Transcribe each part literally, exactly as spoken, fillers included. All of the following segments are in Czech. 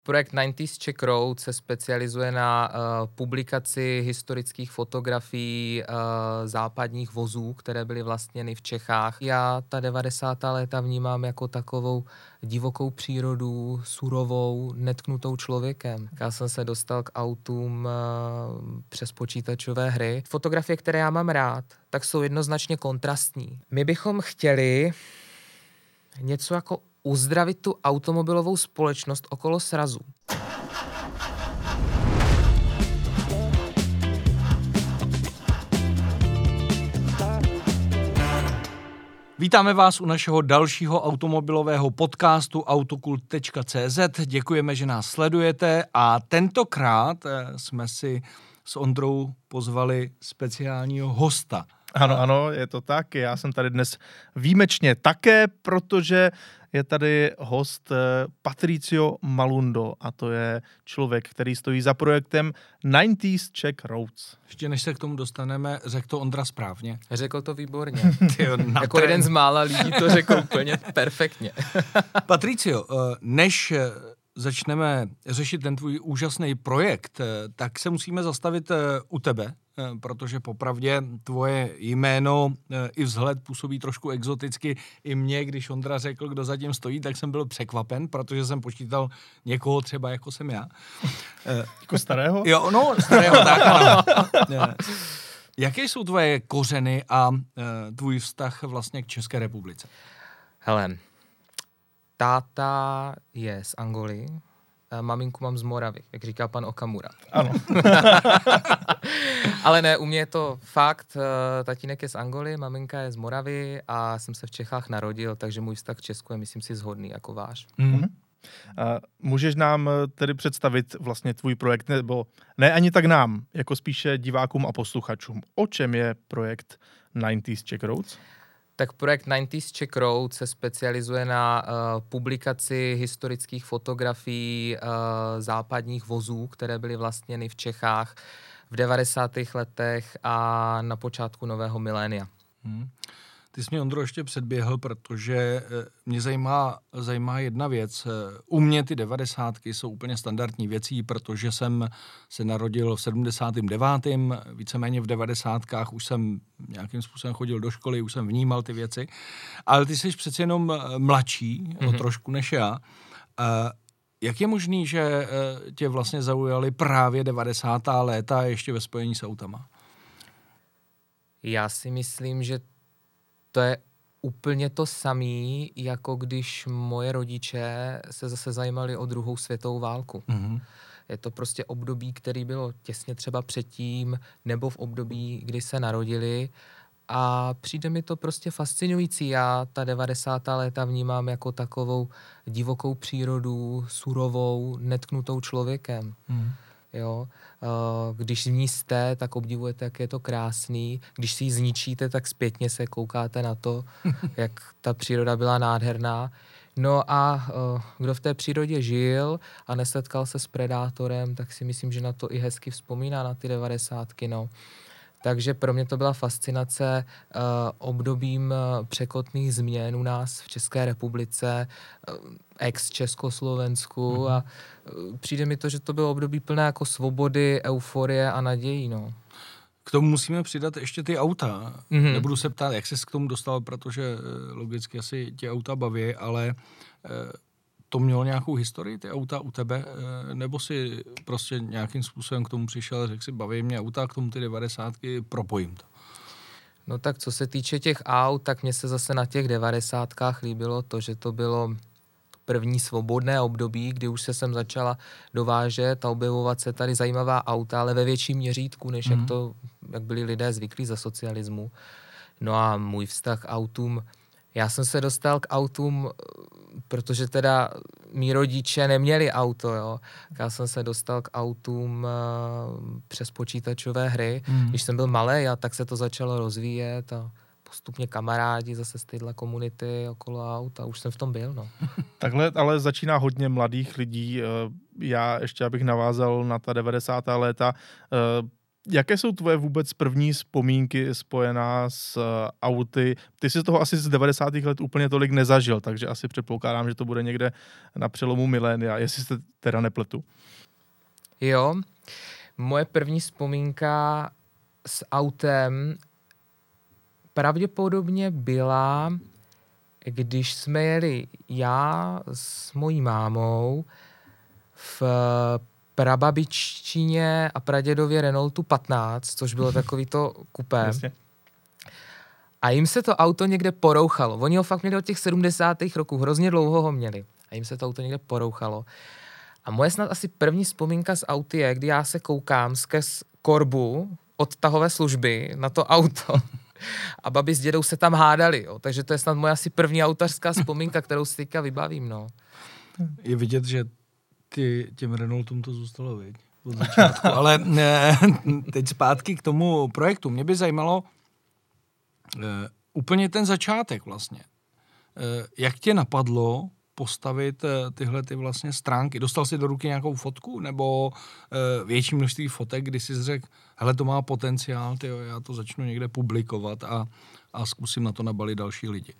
Projekt nineties Czech Road se specializuje na uh, publikaci historických fotografií uh, západních vozů, které byly vlastněny v Čechách. Já ta devadesátá léta vnímám jako takovou divokou přírodu, surovou, netknutou člověkem. Já jsem se dostal k autům uh, přes počítačové hry. Fotografie, které já mám rád, tak jsou jednoznačně kontrastní. My bychom chtěli něco jako uzdravit tu automobilovou společnost okolo srazu. Vítáme vás u našeho dalšího automobilového podcastu autokult tečka cé zet. Děkujeme, že nás sledujete a tentokrát jsme si s Ondrou pozvali speciálního hosta. Ano, ano, je to tak. Já jsem tady dnes výjimečně také, protože je tady host Patricio Malundo a to je člověk, který stojí za projektem nineties Czech Roads. Ještě než se k tomu dostaneme, řekl to Ondra správně. Řekl to výborně. Tyjo, jako trén. Jeden z mála lidí to řekl úplně perfektně. Patricio, než začneme řešit ten tvůj úžasný projekt, tak se musíme zastavit u tebe, protože popravdě tvoje jméno i vzhled působí trošku exoticky. I mě, když Ondra řekl, kdo za tím stojí, tak jsem byl překvapen, protože jsem počítal někoho třeba jako jsem já. Jako starého? Jo, no, starého, tak ano. Jaké jsou tvoje kořeny a tvůj vztah vlastně k České republice? Hele, táta je z Angoly, maminku mám z Moravy, jak říká pan Okamura. Ano. Ale ne, u mě je to fakt, tatínek je z Angoly, maminka je z Moravy a jsem se v Čechách narodil, takže můj vztah k Česku je, myslím si, shodný jako váš. Mm-hmm. A můžeš nám tedy představit vlastně tvůj projekt, nebo ne ani tak nám, jako spíše divákům a posluchačům. O čem je projekt nineties Czech Roads? Tak projekt nineties Czech Road se specializuje na uh, publikaci historických fotografií uh, západních vozů, které byly vlastněny v Čechách v devadesátých letech a na počátku nového milénia. Hmm. Ty jsi mě, Ondro, ještě předběhl, protože mě zajímá, zajímá jedna věc. U mě ty devadesátky jsou úplně standardní věcí, protože jsem se narodil v sedmdesátém devátém Víceméně v devadesátkách už jsem nějakým způsobem chodil do školy, už jsem vnímal ty věci. Ale ty jsi přece jenom mladší, mm-hmm. o trošku než já. Jak je možný, že tě vlastně zaujaly právě devadesátá léta ještě ve spojení s autama? Já si myslím, že to je úplně to samé, jako když moje rodiče se zase zajímali o druhou světovou válku. Mm-hmm. Je to prostě období, které bylo těsně třeba předtím, nebo v období, kdy se narodili. A přijde mi to prostě fascinující. Já ta devadesátá léta vnímám jako takovou divokou přírodu, surovou, netknutou člověkem. Mm. Jo, když z ní jste, tak obdivujete, jak je to krásný. Když si ji zničíte, tak zpětně se koukáte na to, jak ta příroda byla nádherná. No a kdo v té přírodě žil a nesetkal se s predátorem, tak si myslím, že na to i hezky vzpomíná, na ty devadesátky, no. Takže pro mě to byla fascinace uh, obdobím uh, překotných změn u nás v České republice, uh, ex-Československu mm-hmm. a uh, přijde mi to, že to bylo období plné jako svobody, euforie a nadějí, no. K tomu musíme přidat ještě ty auta. Mm-hmm. Nebudu se ptát, jak jsi k tomu dostal, protože logicky asi tě auta baví, ale uh, to mělo nějakou historii, ty auta u tebe, nebo si prostě nějakým způsobem k tomu přišel a řekl si, baví mě auta, k tomu ty devadesátky, propojím to? No tak co se týče těch aut, tak mně se zase na těch devadesátkách líbilo to, že to bylo první svobodné období, kdy už se sem začala dovážet a objevovat se tady zajímavá auta, ale ve větším měřítku, než mm. jak to, jak byli lidé zvyklí za socialismu. No a můj vztah k autům, já jsem se dostal k autům, protože teda mí rodiče neměli auto, jo. Já jsem se dostal k autům uh, přes počítačové hry. Mm. Když jsem byl malý, a tak se to začalo rozvíjet a postupně kamarádi zase z téhle komunity okolo aut a už jsem v tom byl, no. Takhle ale začíná hodně mladých lidí. Já ještě, abych navázal na ta devadesátá léta, Jaké jsou tvoje vůbec první vzpomínky spojená s uh, auty? Ty jsi toho asi z devadesátých let úplně tolik nezažil, takže asi předpokládám, že to bude někde na přelomu milénia, jestli se teda nepletu. Jo, moje první vzpomínka s autem pravděpodobně byla, když jsme jeli já s mojí mámou v prababiččině a pradědově Renaultu patnáct, což bylo takový to kupé. Jasně. A jim se to auto někde porouchalo. Oni ho fakt měli od těch sedmdesátých roků, hrozně dlouho ho měli. A jim se to auto někde porouchalo. A moje snad asi první vzpomínka z auty je, kdy já se koukám skrz korbu odtahové služby na to auto a babi s dědou se tam hádali. Jo. Takže to je snad moje asi první autařská vzpomínka, kterou si teďka vybavím. No. Je vidět, že ty, těm Renaultům to zůstalo, viď? Od začátku. Ale ne, teď zpátky k tomu projektu. Mě by zajímalo uh, úplně ten začátek vlastně. Uh, jak tě napadlo postavit uh, tyhle ty vlastně stránky? Dostal jsi do ruky nějakou fotku nebo uh, větší množství fotek, kdy jsi řekl, hele, to má potenciál, tyjo, já to začnu někde publikovat a, a zkusím na to nabalit další lidi.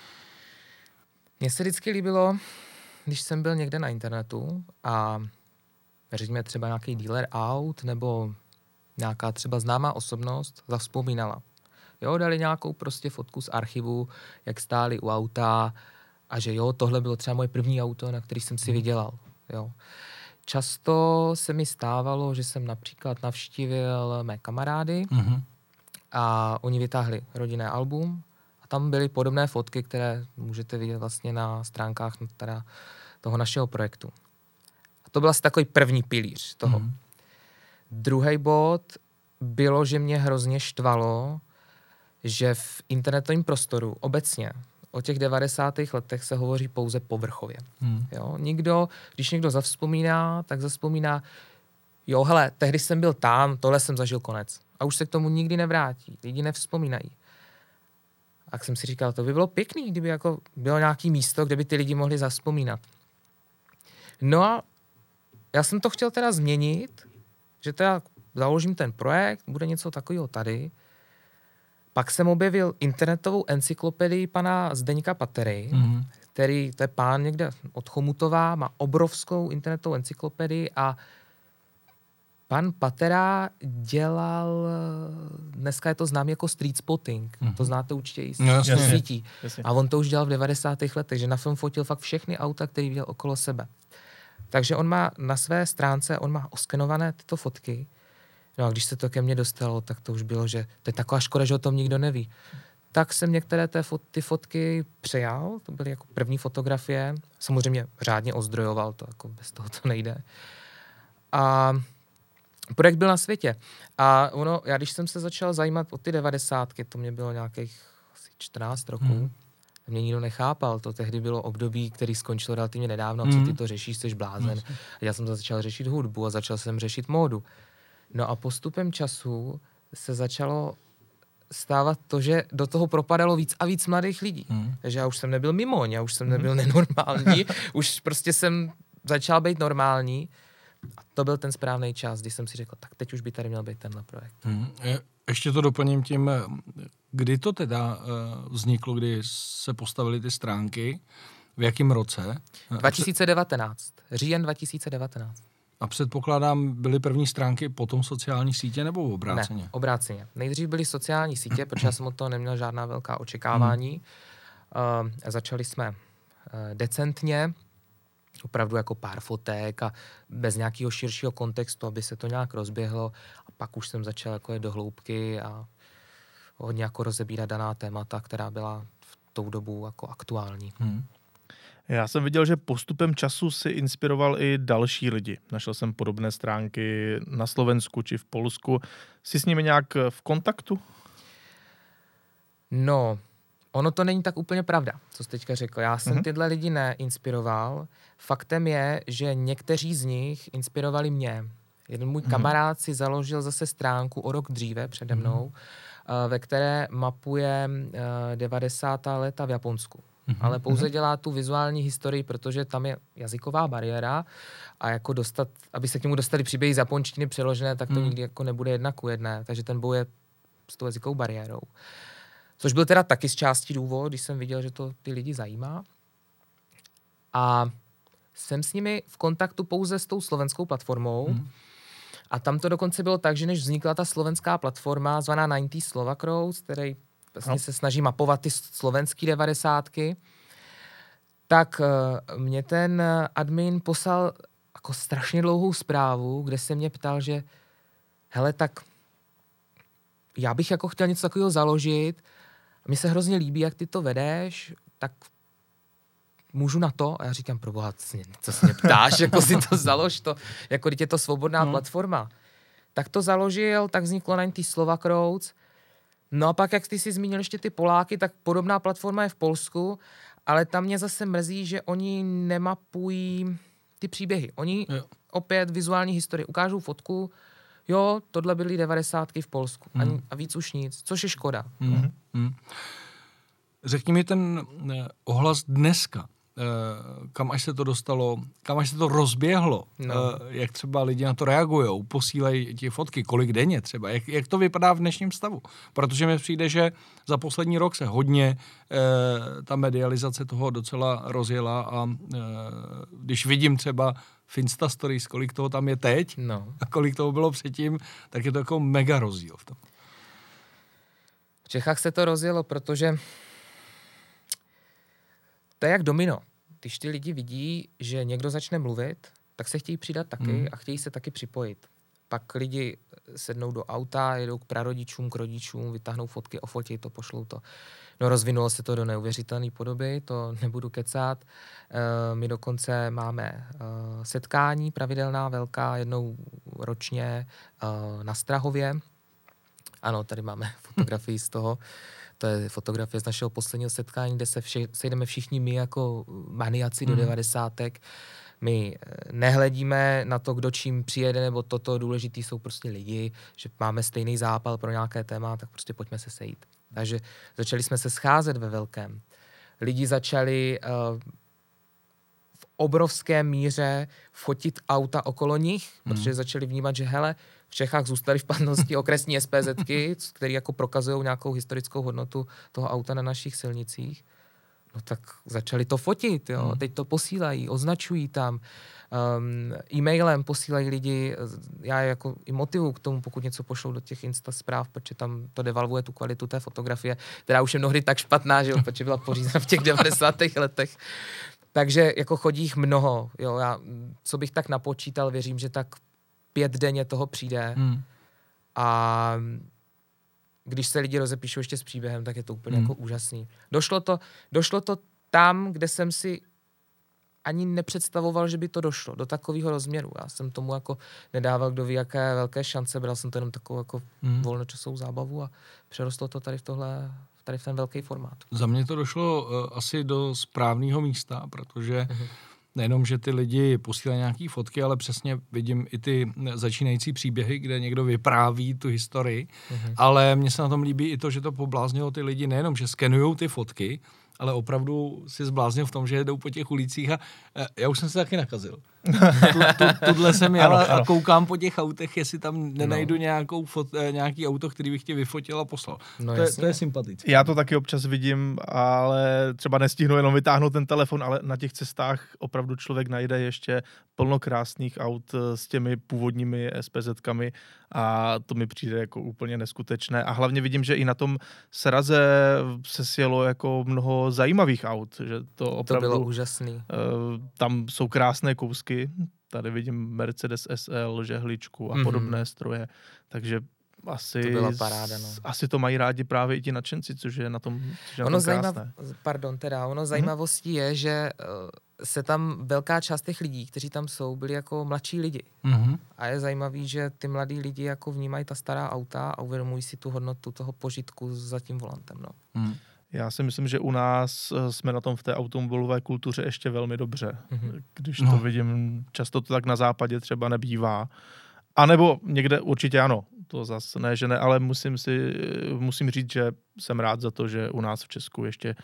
Mně se vždycky líbilo, když jsem byl někde na internetu a řekněme třeba nějaký dealer aut nebo nějaká třeba známá osobnost zavzpomínala. Jo, dali nějakou prostě fotku z archivu, jak stáli u auta a že jo, tohle bylo třeba moje první auto, na který jsem si vydělal. Jo. Často se mi stávalo, že jsem například navštívil mé kamarády mm-hmm. a oni vytáhli rodinné album a tam byly podobné fotky, které můžete vidět vlastně na stránkách teda toho našeho projektu. A to byl asi takový první pilíř toho. Mm. Druhý bod bylo, že mě hrozně štvalo, že v internetovém prostoru obecně o těch devadesátých letech se hovoří pouze povrchově. Mm. Jo? Nikdo, když někdo zavzpomíná, tak zavzpomíná, jo, hele, tehdy jsem byl tam, tohle jsem zažil konec. A už se k tomu nikdy nevrátí. Lidi nevzpomínají. A tak jsem si říkal, to by bylo pěkný, kdyby jako bylo nějaké místo, kde by ty lidi mohli zavzpomínat. No a já jsem to chtěl teda změnit, že teda založím ten projekt, bude něco takového tady. Pak jsem objevil internetovou encyklopedii pana Zdeňka Patery, mm-hmm. který, to je pán někde od Chomutová, má obrovskou internetovou encyklopedii a pan Patera dělal, dneska je to známý jako street spotting, mm-hmm. to znáte určitě i z no, sítí. A on to už dělal v devadesátých letech, že na film fotil fakt všechny auta, který viděl okolo sebe. Takže on má na své stránce, on má oskenované tyto fotky. No a když se to ke mně dostalo, tak to už bylo, že to je taková škoda, že o tom nikdo neví. Tak jsem některé té fot, ty fotky přejal, to byly jako první fotografie. Samozřejmě řádně ozdrojoval, to jako bez toho to nejde. A projekt byl na světě. A ono, já když jsem se začal zajímat o ty devadesátky, to mě bylo nějakých asi čtrnáct roků, hmm. mě nikdo nechápal. To tehdy bylo období, který skončilo relativně nedávno. Mm. Co ty to řešíš, jsi blázen. Mm. Já jsem začal řešit hudbu a začal jsem řešit módu. No a postupem času se začalo stávat to, že do toho propadalo víc a víc mladých lidí. Mm. Takže já už jsem nebyl mimoň, já už jsem nebyl nenormální, už prostě jsem začal být normální. A to byl ten správný čas, kdy jsem si řekl, tak teď už by tady měl být tenhle projekt. Mm. Ještě to doplním tím, kdy to teda vzniklo, kdy se postavily ty stránky, v jakém roce? dva tisíce devatenáct. Říjen dva tisíce devatenáct. A předpokládám, byly první stránky potom sociální sítě nebo obráceně? Ne, obráceně. Nejdřív byly sociální sítě, protože já jsem od toho neměl žádná velká očekávání. Hmm. Uh, začali jsme uh, decentně, opravdu jako pár fotek a bez nějakého širšího kontextu, aby se to nějak rozběhlo. A pak už jsem začal jako jít do hloubky a hodně jako rozebírat daná témata, která byla v tou dobu jako aktuální. Hmm. Já jsem viděl, že postupem času si inspiroval i další lidi. Našel jsem podobné stránky na Slovensku či v Polsku. Jsi s nimi nějak v kontaktu? No, ono to není tak úplně pravda, co jsi teďka řekl. Já jsem mm-hmm. tyhle lidi neinspiroval. Faktem je, že někteří z nich inspirovali mě. Jeden můj mm-hmm. kamarád si založil zase stránku o rok dříve přede mnou, mm-hmm. ve které mapuje devadesátá léta v Japonsku. mm-hmm. ale pouze dělá tu vizuální historii, protože tam je jazyková bariéra a jako dostat, aby se k němu dostali příběhy z japonštiny přeložené, tak to mm. nikdy jako nebude jedna ku jedné, takže ten boj je s tou jazykovou bariérou. Což byl teda taky z části důvod, když jsem viděl, že to ty lidi zajímá. A jsem s nimi v kontaktu pouze s tou slovenskou platformou. Hmm. A tam to dokonce bylo tak, že než vznikla ta slovenská platforma zvaná devadesát Slovakroads, který vlastně no. se snaží mapovat ty slovenský devadesátky, tak uh, mě ten admin poslal jako strašně dlouhou zprávu, kde se mě ptal, že hele, tak já bych jako chtěl něco takového založit. Mně se hrozně líbí, jak ty to vedeš, tak můžu na to? A já říkám, proboha, co se mě ptáš, jako si to založ, to, jako když je to svobodná no. platforma. Tak to založil, tak vzniklo devadesát Slovakroads. No a pak, jak ty si zmínil ještě ty Poláky, tak podobná platforma je v Polsku, ale tam mě zase mrzí, že oni nemapují ty příběhy. Oni jo. opět vizuální historie, ukážou fotku, jo, tohle byly devadesátky v Polsku. Hmm. Ani, a víc už nic, což je škoda. Hmm. Hmm. Řekni mi ten eh, ohlas dneska. Kam až se to dostalo, kam až se to rozběhlo, no. jak třeba lidi na to reagujou, posílají ti fotky, kolik denně třeba, jak, jak to vypadá v dnešním stavu. Protože mi přijde, že za poslední rok se hodně eh, ta medializace toho docela rozjela a eh, když vidím třeba v Insta Stories, kolik toho tam je teď no. a kolik toho bylo předtím, tak je to jako mega rozdíl v tom. V Čechách se to rozjelo, protože to je jak domino. Když ty lidi vidí, že někdo začne mluvit, tak se chtějí přidat taky hmm. a chtějí se taky připojit. Pak lidi sednou do auta, jedou k prarodičům, k rodičům, vytáhnou fotky, ofotějí to, pošlou to. No rozvinulo se to do neuvěřitelné podoby, to nebudu kecat. E, my dokonce máme e, setkání pravidelná, velká, jednou ročně e, na Strahově. Ano, tady máme fotografii z toho. To je fotografie z našeho posledního setkání, kde se vši, sejdeme všichni my jako maniaci mm. do devadesátek. My nehledíme na to, kdo čím přijede, nebo toto, důležitý jsou prostě lidi, že máme stejný zápal pro nějaké téma, tak prostě pojďme se sejít. Takže začali jsme se scházet ve velkém. Lidi začali uh, v obrovské míře fotit auta okolo nich, mm. protože začali vnímat, že hele, v Čechách zůstaly v platnosti okresní SPZky, které jako prokazují nějakou historickou hodnotu toho auta na našich silnicích. No tak začali to fotit, jo. Hmm. Teď to posílají, označují tam. Um, e-mailem posílají lidi, já je jako i motivuju k tomu, pokud něco pošlou do těch Insta zpráv, protože tam to devalvuje tu kvalitu té fotografie, která už je mnohdy tak špatná, že jo, protože byla pořízena v těch devadesátých letech. Takže jako chodí jich mnoho, jo. Já, co bych tak napočítal, věřím, že tak pět denně toho přijde hmm. a když se lidi rozepíšou ještě s příběhem, tak je to úplně hmm. jako úžasný. Došlo to, došlo to tam, kde jsem si ani nepředstavoval, že by to došlo, do takového rozměru. Já jsem tomu jako nedával, kdo ví, jaké velké šance, bral jsem to jenom takovou jako hmm. volnočasovou zábavu a přerostlo to tady v tohle, tady v ten velký formát. Za mě to došlo uh, asi do správného místa, protože hmm. nejenom, že ty lidi posílají nějaký fotky, ale přesně vidím i ty začínající příběhy, kde někdo vypráví tu historii, mm-hmm. ale mně se na tom líbí i to, že to pobláznilo ty lidi nejenom, že skenujou ty fotky, ale opravdu si zbláznil v tom, že jedou po těch ulicích a já už jsem se taky nakazil. tu, tu, tudle jsem jel ano, ano. a koukám po těch autech, jestli tam nenajdu no. nějakou fot, nějaký auto, který bych tě vyfotil a poslal. No, to, je, to je sympatické. Já to taky občas vidím, ale třeba nestihnu jenom vytáhnout ten telefon, ale na těch cestách opravdu člověk najde ještě plno krásných aut s těmi původními SPZkami a to mi přijde jako úplně neskutečné. A hlavně vidím, že i na tom sraze se sjelo jako mnoho zajímavých aut, že to opravdu... To bylo úžasný. Uh, tam jsou krásné kousky. Tady vidím Mercedes S L, žehličku a mm-hmm. podobné stroje. Takže asi to byla paráda, no. asi to mají rádi právě i ti nadšenci, což je na tom, což je ono na tom krásné. Zajímav, pardon, teda, ono zajímavostí mm-hmm. je, že uh, se tam velká část těch lidí, kteří tam jsou, byli jako mladší lidi. Mm-hmm. A je zajímavý, že ty mladí lidi jako vnímají ta stará auta a uvědomují si tu hodnotu toho požitku za tím volantem, no. Mm. Já si myslím, že u nás jsme na tom v té automobilové kultuře ještě velmi dobře. Mm-hmm. Když no. to vidím, často to tak na západě třeba nebývá. A nebo někde určitě ano, to zase ne, že ne, ale musím si, musím říct, že jsem rád za to, že u nás v Česku ještě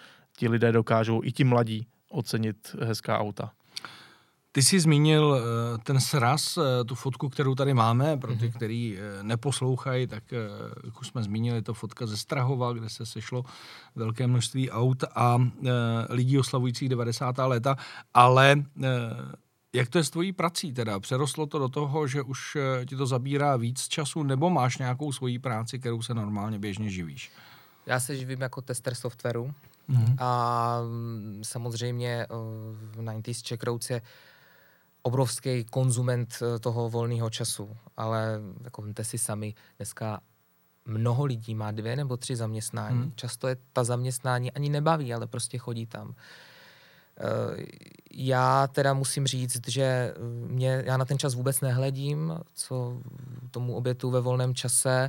ti lidé dokážou, i ti mladí, ocenit hezká auta. Ty jsi zmínil ten sraz, tu fotku, kterou tady máme, pro ty, kteří neposlouchají, tak jak už jsme zmínili, je to fotka ze Strahova, kde se sešlo velké množství aut a lidí oslavujících devadesátá léta, ale jak to je s tvojí prací teda? Přerostlo to do toho, že už ti to zabírá víc času, nebo máš nějakou svoji práci, kterou se normálně běžně živíš? Já se živím jako tester softwaru mm-hmm. a samozřejmě v nineties Czech Roads je obrovský konzument toho volného času, ale jako vemte si sami, dneska mnoho lidí má dvě nebo tři zaměstnání. Hmm. Často je ta zaměstnání ani nebaví, ale prostě chodí tam. Já teda musím říct, že mě, já na ten čas vůbec nehledím, co tomu obětu ve volném čase,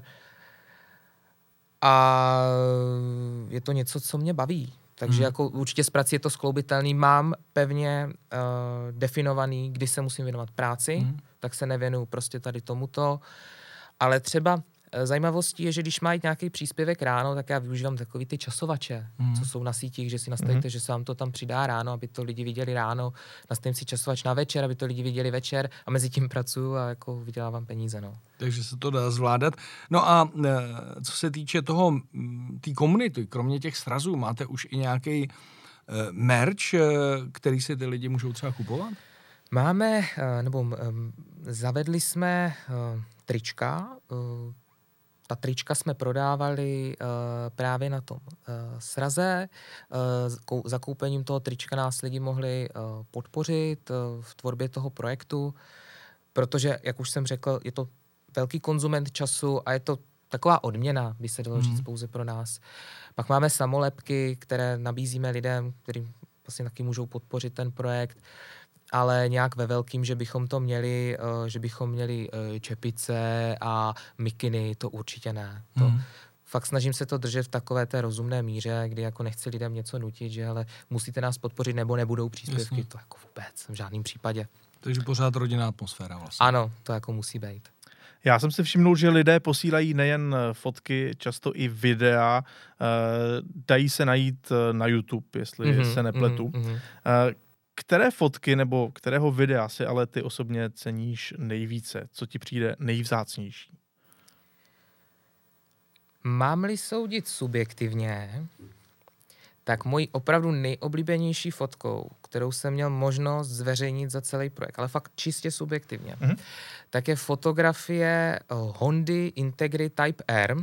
a je to něco, co mě baví. Takže hmm. jako určitě s prací je to skloubitelný. Mám pevně uh, definovaný, kdy se musím věnovat práci, hmm. tak se nevěnuju prostě tady tomuto. Ale třeba uh, zajímavostí je, že když má jít nějaký příspěvek ráno, tak já využívám takový ty časovače, hmm. co jsou na sítích, že si nastavíte, hmm. že se vám to tam přidá ráno, aby to lidi viděli ráno. Nastavím si časovač na večer, aby to lidi viděli večer a mezi tím pracuju a jako vydělávám peníze. No. Takže se to dá zvládat. No a co se týče toho, té komunity, kromě těch srazů, máte už i nějaký merch, který si ty lidi můžou třeba kupovat? Máme, nebo zavedli jsme trička. Ta trička jsme prodávali právě na tom sraze. Zakoupením toho trička nás lidi mohli podpořit v tvorbě toho projektu, protože, jak už jsem řekl, je to velký konzument času a je to taková odměna, by se dalo říct, mm. pouze pro nás. Pak máme samolepky, které nabízíme lidem, kteří vlastně taky můžou podpořit ten projekt, ale nějak ve velkým, že bychom to měli, že bychom měli čepice a mikiny, to určitě ne. To, mm. Fakt snažím se to držet v takové té rozumné míře, kdy jako nechci lidem něco nutit, že ale musíte nás podpořit, nebo nebudou příspěvky, Jasně. to jako vůbec, v žádném případě. Takže pořád rodinná atmosféra vlastně. Ano, to jako musí být. Já jsem si všimnul, že lidé posílají nejen fotky, často i videa, dají se najít na YouTube, jestli mm-hmm, se nepletu. Mm-hmm. Které fotky nebo kterého videa si ale ty osobně ceníš nejvíce? Co ti přijde nejvzácnější? Mám-li soudit subjektivně, tak mojí opravdu nejoblíbenější fotkou, kterou jsem měl možnost zveřejnit za celý projekt, ale fakt čistě subjektivně, mm-hmm. tak je fotografie Hondy Integri Type R,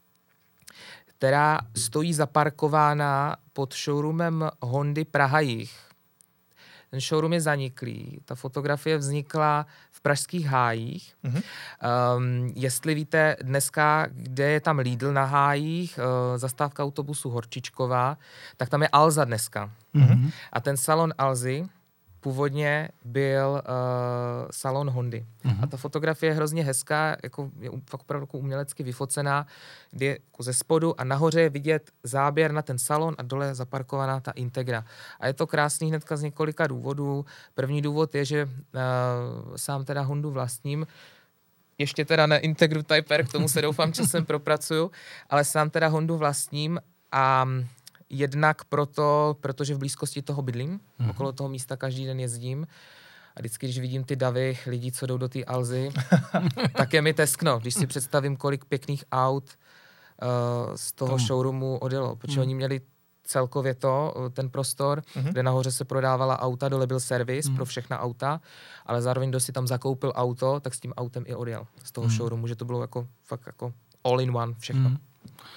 která stojí zaparkována pod showroomem Hondy Praha Jih. Ten showroom je zaniklý. Ta fotografie vznikla v pražských hájích. Mm-hmm. Um, jestli víte dneska, kde je tam Lidl na hájích, uh, zastávka autobusu Horčičková, tak tam je Alza dneska. Mm-hmm. A ten salon Alzy původně byl uh, salon Hondy. Mm-hmm. A ta fotografie je hrozně hezká, jako je fakt opravdu jako umělecky vyfocená, kdy je jako ze spodu a nahoře je vidět záběr na ten salon a dole je zaparkovaná ta Integra. A je to krásný hnedka z několika důvodů. První důvod je, že uh, sám teda Hondu vlastním, ještě teda na Integru Type R, k tomu se doufám časem propracuju, ale sám teda Hondu vlastním a jednak proto, protože v blízkosti toho bydlím, mm-hmm. okolo toho místa každý den jezdím a vždycky, když vidím ty davy lidí, co jdou do té Alzy, tak je mi teskno, když si představím, kolik pěkných aut uh, z toho Tom. showroomu odjelo, protože mm. oni měli celkově to, ten prostor, mm-hmm. kde nahoře se prodávala auta, dole byl servis mm. pro všechna auta, ale zároveň, kdo si tam zakoupil auto, tak s tím autem i odjel z toho mm. showroomu, že to bylo jako fakt jako all in one všechno. Mm.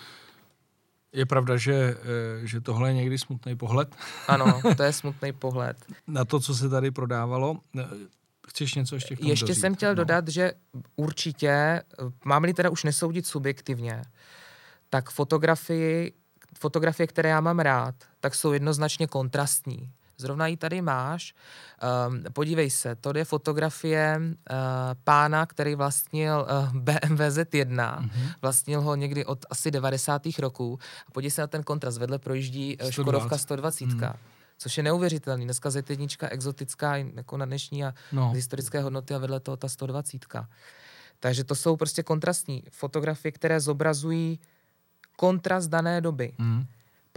Je pravda, že, že tohle je někdy smutný pohled. Ano, to je smutný pohled. Na to, co se tady prodávalo. Chceš něco ještě k tomu Ještě dozít? jsem chtěl no. dodat, že určitě, mám-li teda už nesoudit subjektivně, tak fotografii, fotografie, které já mám rád, tak jsou jednoznačně kontrastní. Zrovna ji tady máš. Um, podívej se, to je fotografie uh, pána, který vlastnil uh, B M W Z jedna. Mm-hmm. Vlastnil ho někdy od asi devadesátých roků. A podívej se na ten kontrast. Vedle projíždí uh, Škodovka sto dvacet. Mm. Což je neuvěřitelný. Dneska Z jedna exotická jako na dnešní a no. z historické hodnoty a vedle toho ta sto dvacet. Takže to jsou prostě kontrastní fotografie, které zobrazují kontrast dané doby. Mm.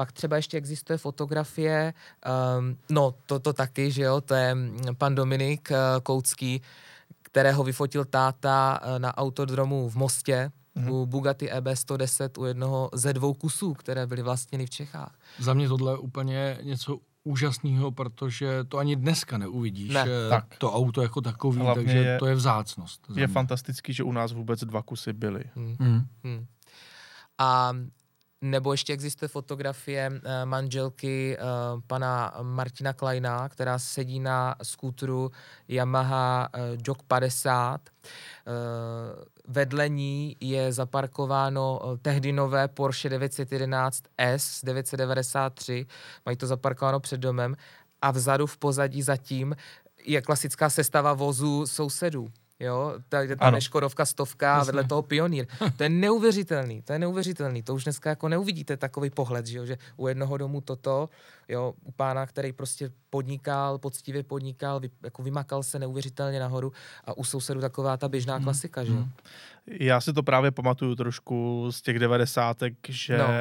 Pak třeba ještě existuje fotografie, um, no to, to taky, že jo, to je pan Dominik uh, Koucký, kterého vyfotil táta uh, na autodromu v Mostě, mm-hmm. u Bugatti E B sto deset, u jednoho ze dvou kusů, které byly vlastněny v Čechách. Za mě tohle je úplně něco úžasného, protože to ani dneska neuvidíš, ne, tak. to auto jako takový, Hlavně takže je, to je vzácnost. Je fantastický, že u nás vůbec dva kusy byly. Hmm. Hmm. Hmm. A nebo ještě existuje fotografie uh, manželky uh, pana Martina Kleina, která sedí na skútru Yamaha uh, Jog padesát. Uh, vedle ní je zaparkováno uh, tehdy nové Porsche devět set jedenáct S devět set devadesát tři. Mají to zaparkováno před domem a vzadu v pozadí zatím je klasická sestava vozů sousedů. Jo, tady tam je Škodovka stovka a vedle toho Pionýr. To je neuvěřitelný, to je neuvěřitelný. To už dneska jako neuvidíte takový pohled, že, jo? Že u jednoho domu toto, jo, u pána, který prostě podnikal, poctivě podnikal, vy, jako vymakal se neuvěřitelně nahoru a u sousedu taková ta běžná hmm. klasika, že jo. Já si to právě pamatuju trošku z těch devadesátek, že no.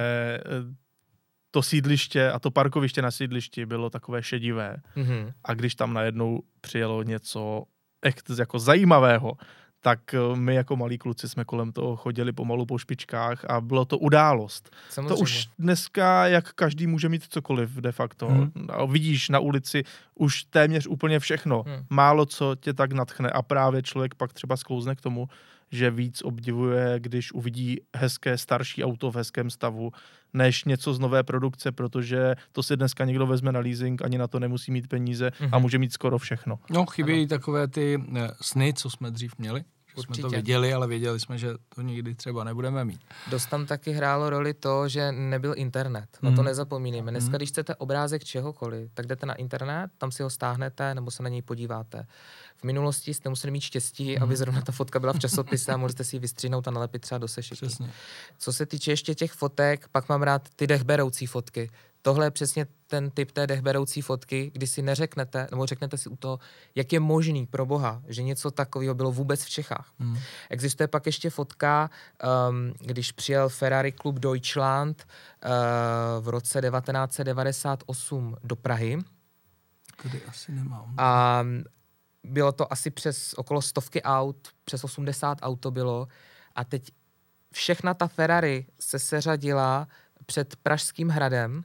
to sídliště a to parkoviště na sídlišti bylo takové šedivé. Mm-hmm. A když tam najednou přijelo něco jako zajímavého, tak my jako malí kluci jsme kolem toho chodili pomalu po špičkách a bylo to událost. Samozřejmě. To už dneska, jak každý může mít cokoliv de facto. Hmm. Vidíš na ulici už téměř úplně všechno. Hmm. Málo co tě tak nadchne a právě člověk pak třeba sklouzne k tomu, že víc obdivuje, když uvidí hezké starší auto v hezkém stavu, než něco z nové produkce, protože to si dneska někdo vezme na leasing, ani na to nemusí mít peníze mm-hmm. a může mít skoro všechno. No, chybějí takové ty sny, co jsme dřív měli. Určitě. Jsme to viděli, ale věděli jsme, že to nikdy třeba nebudeme mít. Dost tam taky hrálo roli to, že nebyl internet. Na to nezapomínejme. Dneska, když chcete obrázek čehokoliv, tak jdete na internet, tam si ho stáhnete nebo se na něj podíváte. V minulosti jste museli mít štěstí, mm. aby zrovna ta fotka byla v časopise a mohli jste si ji vystříhnout a nalepit třeba do sešiky. Přesně. Co se týče ještě těch fotek, pak mám rád ty dechberoucí fotky. Tohle je přesně ten typ té dechberoucí fotky, kdy si neřeknete, nebo řeknete si u toho, jak je možný pro Boha, že něco takového bylo vůbec v Čechách. Hmm. Existuje pak ještě fotka, um, když přijel Ferrari Club Deutschland uh, v roce devatenáct set devadesát osm do Prahy. Tady asi nemám. A bylo to asi přes okolo stovky aut, přes osmdesát aut to bylo. A teď všechna ta Ferrari se seřadila před Pražským hradem.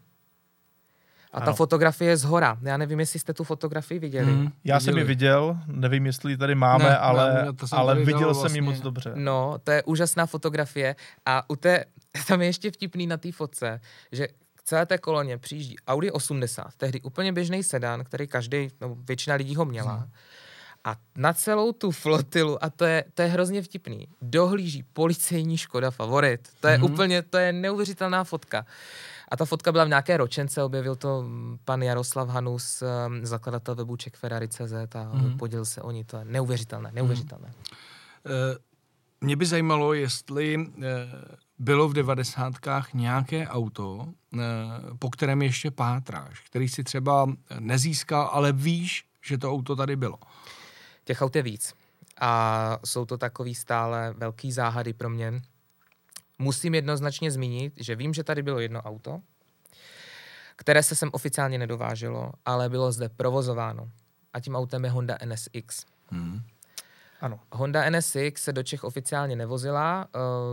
A ta ano. fotografie je z hora. Já nevím, jestli jste tu fotografii viděli. Hmm, Já jsem ji viděl, nevím, jestli ji tady máme, ne, ale, ne, ale viděl jsem vlastně. ji moc dobře. No, to je úžasná fotografie. A u té, tam je ještě vtipný na té fotce, že k celé té koloně přijíždí Audi osmdesát, tehdy úplně běžný sedan, který každý, no, většina lidí ho měla. Hmm. A na celou tu flotilu, a to je, to je hrozně vtipný, dohlíží policejní Škoda Favorit. To je mm-hmm. úplně, to je neuvěřitelná fotka. A ta fotka byla v nějaké ročence, objevil to pan Jaroslav Hanus, zakladatel webu Czech Ferrari tečka cé zet a mm-hmm. podělil se o ní. To je neuvěřitelné, neuvěřitelné. Mm-hmm. Mě by zajímalo, jestli bylo v devadesátkách nějaké auto, po kterém ještě pátráš, který si třeba nezískal, ale víš, že to auto tady bylo. Těch aut je víc. A jsou to takový stále velký záhady pro mě. Musím jednoznačně zmínit, že vím, že tady bylo jedno auto, které se sem oficiálně nedováželo, ale bylo zde provozováno. A tím autem je Honda N S X. Hmm. Ano. Honda N S X se do Čech oficiálně nevozila.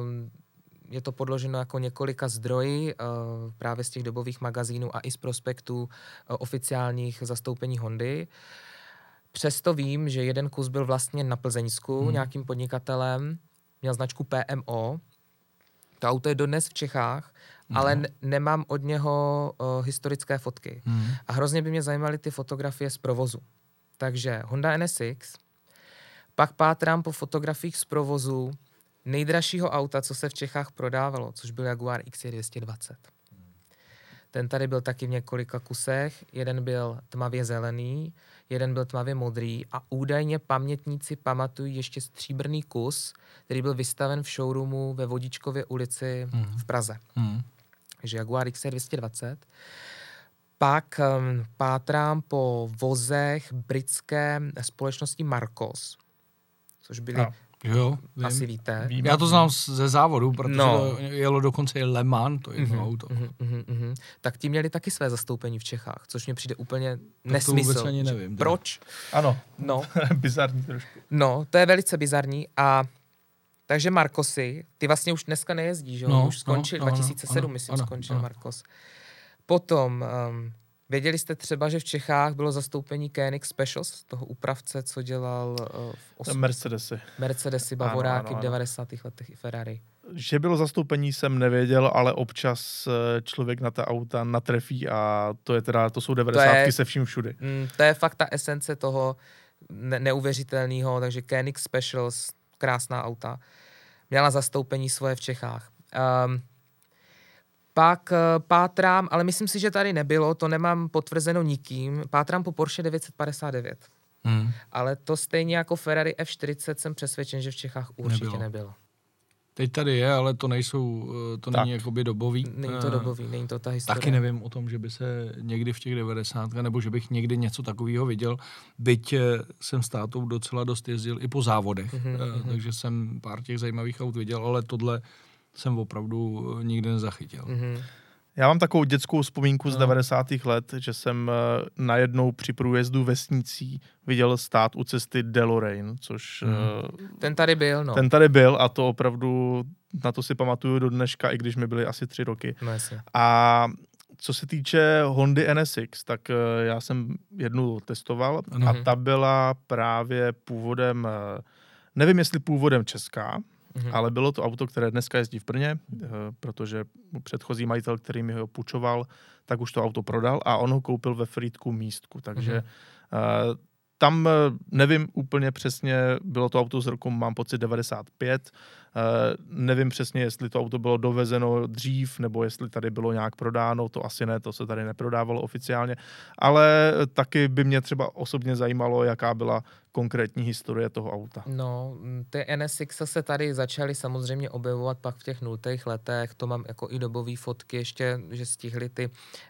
Je to podloženo jako několika zdroji právě z těch dobových magazínů a i z prospektů oficiálních zastoupení Hondy. Přesto vím, že jeden kus byl vlastně na Plzeňsku hmm. nějakým podnikatelem, měl značku P M O. To auto je dodnes v Čechách, hmm. ale n- nemám od něho uh, historické fotky. Hmm. A hrozně by mě zajímaly ty fotografie z provozu. Takže Honda N S X, pak pátrám po fotografiích z provozu nejdražšího auta, co se v Čechách prodávalo, což byl Jaguar X J dvě stě dvacet. Ten tady byl taky v několika kusech. Jeden byl tmavě zelený, jeden byl tmavě modrý a údajně pamětníci pamatují ještě stříbrný kus, který byl vystaven v showroomu ve Vodičkově ulici mm. v Praze. Mm. Takže Jaguar X J dvě stě dvacet. Pak um, pátrám po vozech britské společnosti Marcos, což byly no. Jo, vím. Asi víte. Vím. Já to znám ze závodu, protože No. to jelo dokonce i Le Mans, to jedno Mhm, auto. mhm, mhm, mhm. Tak ti měli taky své zastoupení v Čechách, což mě přijde úplně to nesmysl. vůbec ani nevím, teda. Proč? Ano, No, bizarní trošku. no, to je velice bizarní a takže Marcosy, ty vlastně už dneska nejezdí, že jo? No, Už skončil no, no, dva tisíce sedm, ano, myslím, ano, skončil ano. Marcos. Potom, um, věděli jste třeba, že v Čechách bylo zastoupení Koenig Specials, toho úpravce, co dělal uh, v osm... Mercedesy. Mercedesy, Ano, Bavoráky ano, ano. v devadesátých letech i Ferrari. Že bylo zastoupení, jsem nevěděl, ale občas eh, člověk na ta auta natrefí a to je teda, to jsou devadesátky je- se vším všudy. Mm, to je fakt ta esence toho ne- neuvěřitelného, takže Koenig Specials, krásná auta, měla zastoupení svoje v Čechách. Um, pak uh, pátrám, ale myslím si, že tady nebylo, to nemám potvrzeno nikým, pátrám po Porsche devět set padesát devět. Hmm. Ale to stejně jako Ferrari F čtyřicet jsem přesvědčen, že v Čechách určitě Nebylo. nebylo. nebylo. Teď tady je, ale to nejsou, eh, to Tak. není jakoby dobový. Není to Eh, dobový, není to ta historie. Taky nevím o tom, že by se někdy v těch devadesátkách, nebo že bych někdy něco takového viděl, byť eh, jsem s tátou docela dost jezdil i po závodech, Mhm, eh, mhm. takže jsem pár těch zajímavých aut viděl, ale tohle jsem opravdu eh, nikdy nezachytil. Mhm. Já mám takovou dětskou vzpomínku z No. devadesátých let, že jsem eh, najednou při průjezdu vesnicí viděl stát u cesty DeLorean, což Mhm. eh, Ten tady byl, no. ten tady byl a to opravdu, na to si pamatuju do dneška, i když mi byly asi tři roky. No jasně. A co se týče Hondy N S X, tak eh, já jsem jednu testoval Ano. a ta byla právě původem, eh, nevím jestli původem česká, Mhm. ale bylo to auto, které dneska jezdí v Brně, eh, protože předchozí majitel, který mi ho půjčoval, tak už to auto prodal a on ho koupil ve Frýdku Místku, takže Mhm. eh, tam eh, nevím úplně přesně, bylo to auto z roku, mám pocit, devadesát pět, eh, nevím přesně, jestli to auto bylo dovezeno dřív, nebo jestli tady bylo nějak prodáno, to asi ne, to se tady neprodávalo oficiálně, ale taky by mě třeba osobně zajímalo, jaká byla konkrétní historie toho auta. No, m, ty N S X se tady začaly samozřejmě objevovat pak v těch nultých letech, to mám jako i dobové fotky, ještě, že stihly ty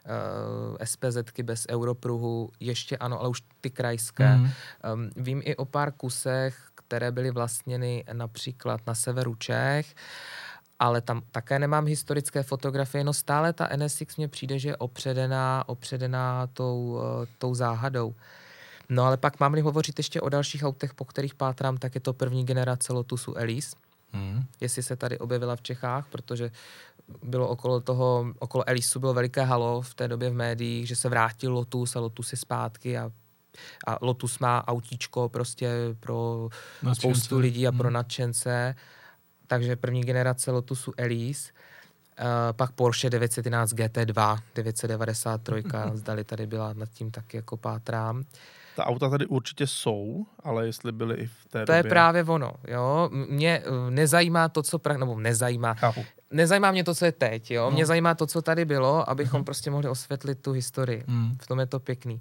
uh, SPZky bez europruhu, ještě ano, ale už ty krajské. Mhm. Um, vím i o pár kusech, které byly vlastněny například na severu Čech, ale tam také nemám historické fotografie, no stále ta N S X mně přijde, že je opředená, opředená tou, uh, tou záhadou. No ale pak mám-li hovořit ještě o dalších autech, po kterých pátrám, tak je to první generace Lotusu Elise, Mhm. jestli se tady objevila v Čechách, protože bylo okolo toho, okolo Elisu bylo veliké halo v té době v médiích, že se vrátil Lotus a Lotus je zpátky a, a Lotus má autíčko prostě pro Nadšence. spoustu lidí a pro Mhm. nadšence. Takže první generace Lotusu Elise. Uh, pak Porsche devět set jedenáct G T dva, devět set devadesát tři, zdali tady byla, nad tím taky jako pátrám. Ta auta tady určitě jsou, ale jestli byly i v té To době. je právě ono, jo. Mě uh, nezajímá to, co, pra... nebo nezajímá, Chápu. nezajímá mě to, co je teď, jo. No. Mě zajímá to, co tady bylo, abychom Mhm. prostě mohli osvětlit tu historii. Mhm. V tom je to pěkný.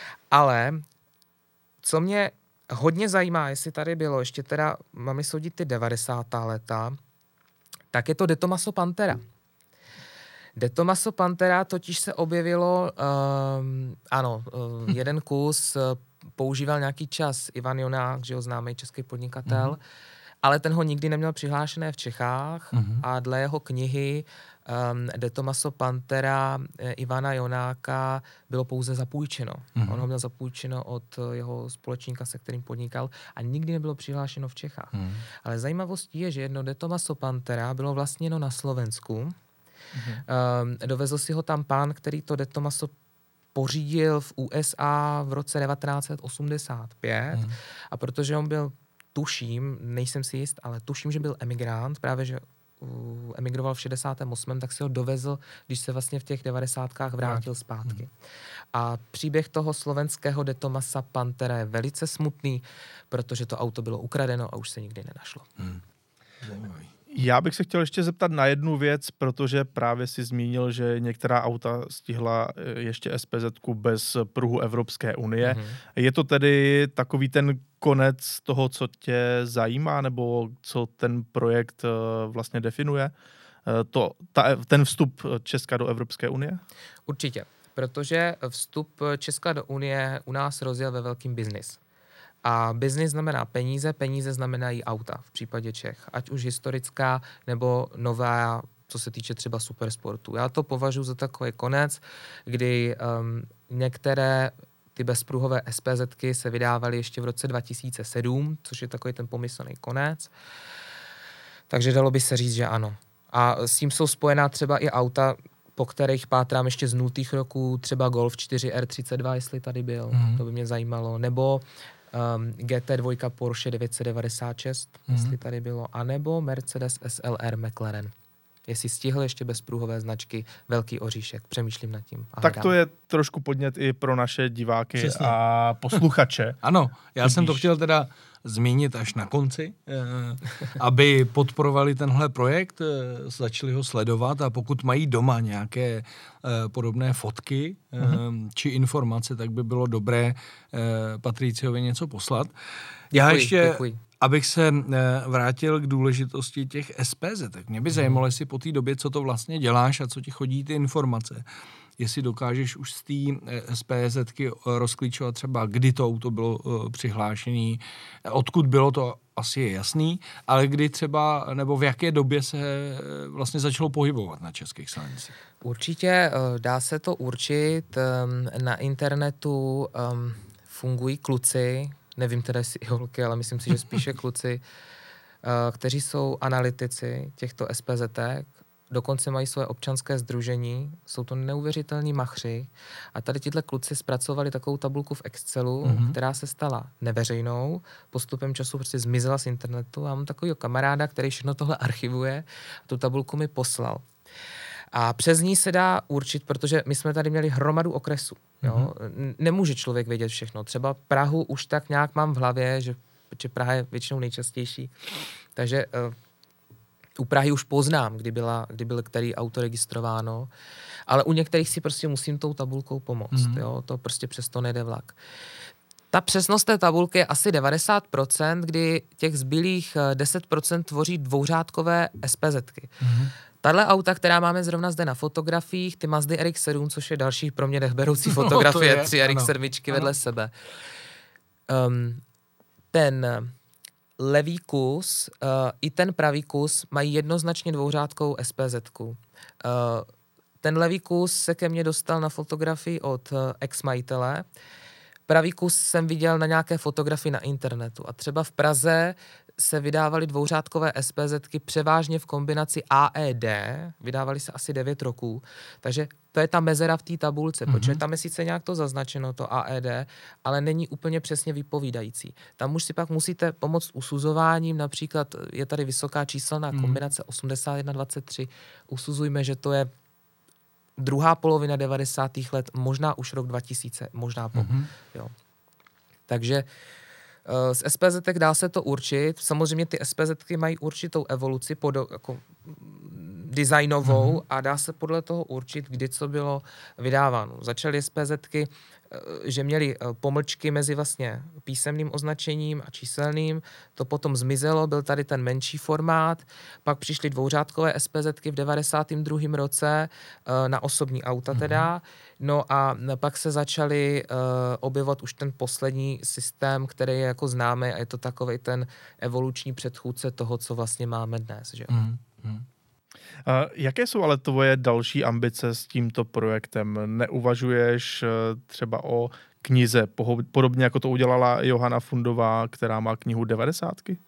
Ale co mě hodně zajímá, jestli tady bylo, ještě teda máme soudit ty devadesátá léta, tak je to De Tomaso Pantera. De Tomaso Pantera totiž se objevilo, um, ano, um, jeden kus uh, používal nějaký čas Ivan Jonák, že ho známý český podnikatel, Mhm. ale ten ho nikdy neměl přihlášené v Čechách Mhm. a dle jeho knihy um, De Tomaso Pantera eh, Ivana Jonáka bylo pouze zapůjčeno. Mhm. On ho měl zapůjčeno od eh, jeho společníka, se kterým podnikal a nikdy nebylo přihlášeno v Čechách. Mhm. Ale zajímavostí je, že jedno De Tomaso Pantera bylo vlastněno na Slovensku. Mhm. Um, dovezl si ho tam pán, který to De Tomaso pořídil v U S A v roce devatenáct set osmdesát pět Mhm. a protože on byl, tuším, nejsem si jist, ale tuším, že byl emigrant, právě že uh, emigroval v šedesátém osmém tak si ho dovezl, když se vlastně v těch devadesátkách vrátil zpátky. A příběh toho slovenského De Tomasa Pantera je velice smutný, protože to auto bylo ukradeno a už se nikdy nenašlo. Mhm. Zajímavý. Já bych se chtěl ještě zeptat na jednu věc, protože právě si zmínil, že některá auta stihla eh, ještě S P Z ku bez pruhu Evropské unie. Mhm. Je to tedy takový ten konec toho, co tě zajímá, nebo co ten projekt eh, vlastně definuje? Eh, To, ta, ten vstup Česka do Evropské unie? Určitě, protože vstup Česka do Unie u nás rozjel ve velkým biznis. A biznis znamená peníze, peníze znamenají auta v případě Čech. Ať už historická nebo nová, co se týče třeba supersportu. Já to považuji za takový konec, kdy um, některé ty bezpruhové SPZky se vydávaly ještě v roce dva tisíce sedm, což je takový ten pomyslný konec. Takže dalo by se říct, že ano. A s tím jsou spojená třeba i auta, po kterých pátrám ještě z nultých roků, třeba Golf čtyři R třicet dva, jestli tady byl, mm-hmm. to by mě zajímalo, nebo um, G T dva Porsche devět set devadesát šest, mm-hmm. jestli tady bylo, anebo Mercedes S L R McLaren. Jestli stihl ještě bezpruhové značky, velký oříšek. Přemýšlím nad tím. Tak to je trošku podnět i pro naše diváky Přesně. a posluchače. Ano, já Tudíž. jsem to chtěl teda zmínit až na konci, eh, aby podporovali tenhle projekt, eh, začali ho sledovat a pokud mají doma nějaké eh, podobné fotky eh, uh-huh. či informace, tak by bylo dobré eh, Patriciovi něco poslat. Já děkuji, ještě... Děkuji. Abych se vrátil k důležitosti těch S P Z, tak mě by zajímalo, jestli po té době, co to vlastně děláš a co ti chodí ty informace, jestli dokážeš už z té S P Zky rozklíčovat třeba, kdy to auto bylo přihlášené, odkud bylo, to asi je jasný, ale kdy třeba, nebo v jaké době se vlastně začalo pohybovat na českých silnicích. Určitě dá se to určit. Na internetu fungují kluci, nevím teda jestli holky, ale myslím si, že spíše kluci, kteří jsou analytici těchto S P Z, dokonce mají svoje občanské sdružení, jsou to neuvěřitelní machři a tady tihle kluci zpracovali takovou tabulku v Excelu, mm-hmm. která se stala neveřejnou, postupem času prostě zmizela z internetu a mám takovýho kamaráda, který všechno tohle archivuje a tu tabulku mi poslal. A přes ní se dá určit, protože my jsme tady měli hromadu okresů. Jo? Mm-hmm. Nemůže člověk vědět všechno. Třeba Prahu už tak nějak mám v hlavě, že, že Praha je většinou nejčastější. Takže uh, u Prahy už poznám, kdy, byla, kdy byl který auto registrováno, ale u některých si prostě musím tou tabulkou pomoct. Mm-hmm. Jo? To prostě přesto nejde vlak. Ta přesnost té tabulky je asi devadesát procent, kdy těch zbylých deset procent tvoří dvouřádkové SPZky. Mm-hmm. Tahle auta, která máme zrovna zde na fotografiích, ty Mazdy R X sedm, což je další pro mě nechberoucí fotografie, no, tři R X sedm vedle sebe. Um, ten levý kus uh, i ten pravý kus mají jednoznačně dvouřádkou SPZku. Uh, ten levý kus se ke mně dostal na fotografii od uh, ex-majitele. Pravý kus jsem viděl na nějaké fotografii na internetu a třeba v Praze se vydávaly dvouřádkové SPZky převážně v kombinaci A E D, vydávaly se asi devět roků, takže to je ta mezera v té tabulce, mm-hmm. protože tam je sice nějak to zaznačeno, to A E D, ale není úplně přesně vypovídající. Tam už si pak musíte pomoct usuzováním, například je tady vysoká číselná mm-hmm. kombinace osmdesát jedna dvacet tři, usuzujme, že to je druhá polovina devadesátých let, možná už rok dva tisíce, možná po. Mm-hmm. Jo. Takže uh, z SPZek dá se to určit. Samozřejmě ty SPZky mají určitou evoluci podo, jako designovou mm-hmm. a dá se podle toho určit, kdy co bylo vydáváno. Začaly SPZky, že měli pomlčky mezi vlastně písemným označením a číselným, to potom zmizelo, byl tady ten menší formát, pak přišly dvouřádkové SPZky v devadesátém druhém roce na osobní auta teda, no a pak se začaly uh, objevovat už ten poslední systém, který je jako známý a je to takovej ten evoluční předchůdce toho, co vlastně máme dnes, že? Mm-hmm. Uh, jaké jsou ale tvoje další ambice s tímto projektem? Neuvažuješ uh, třeba o knize, poho- podobně jako to udělala Johana Fundová, která má knihu devadesátky?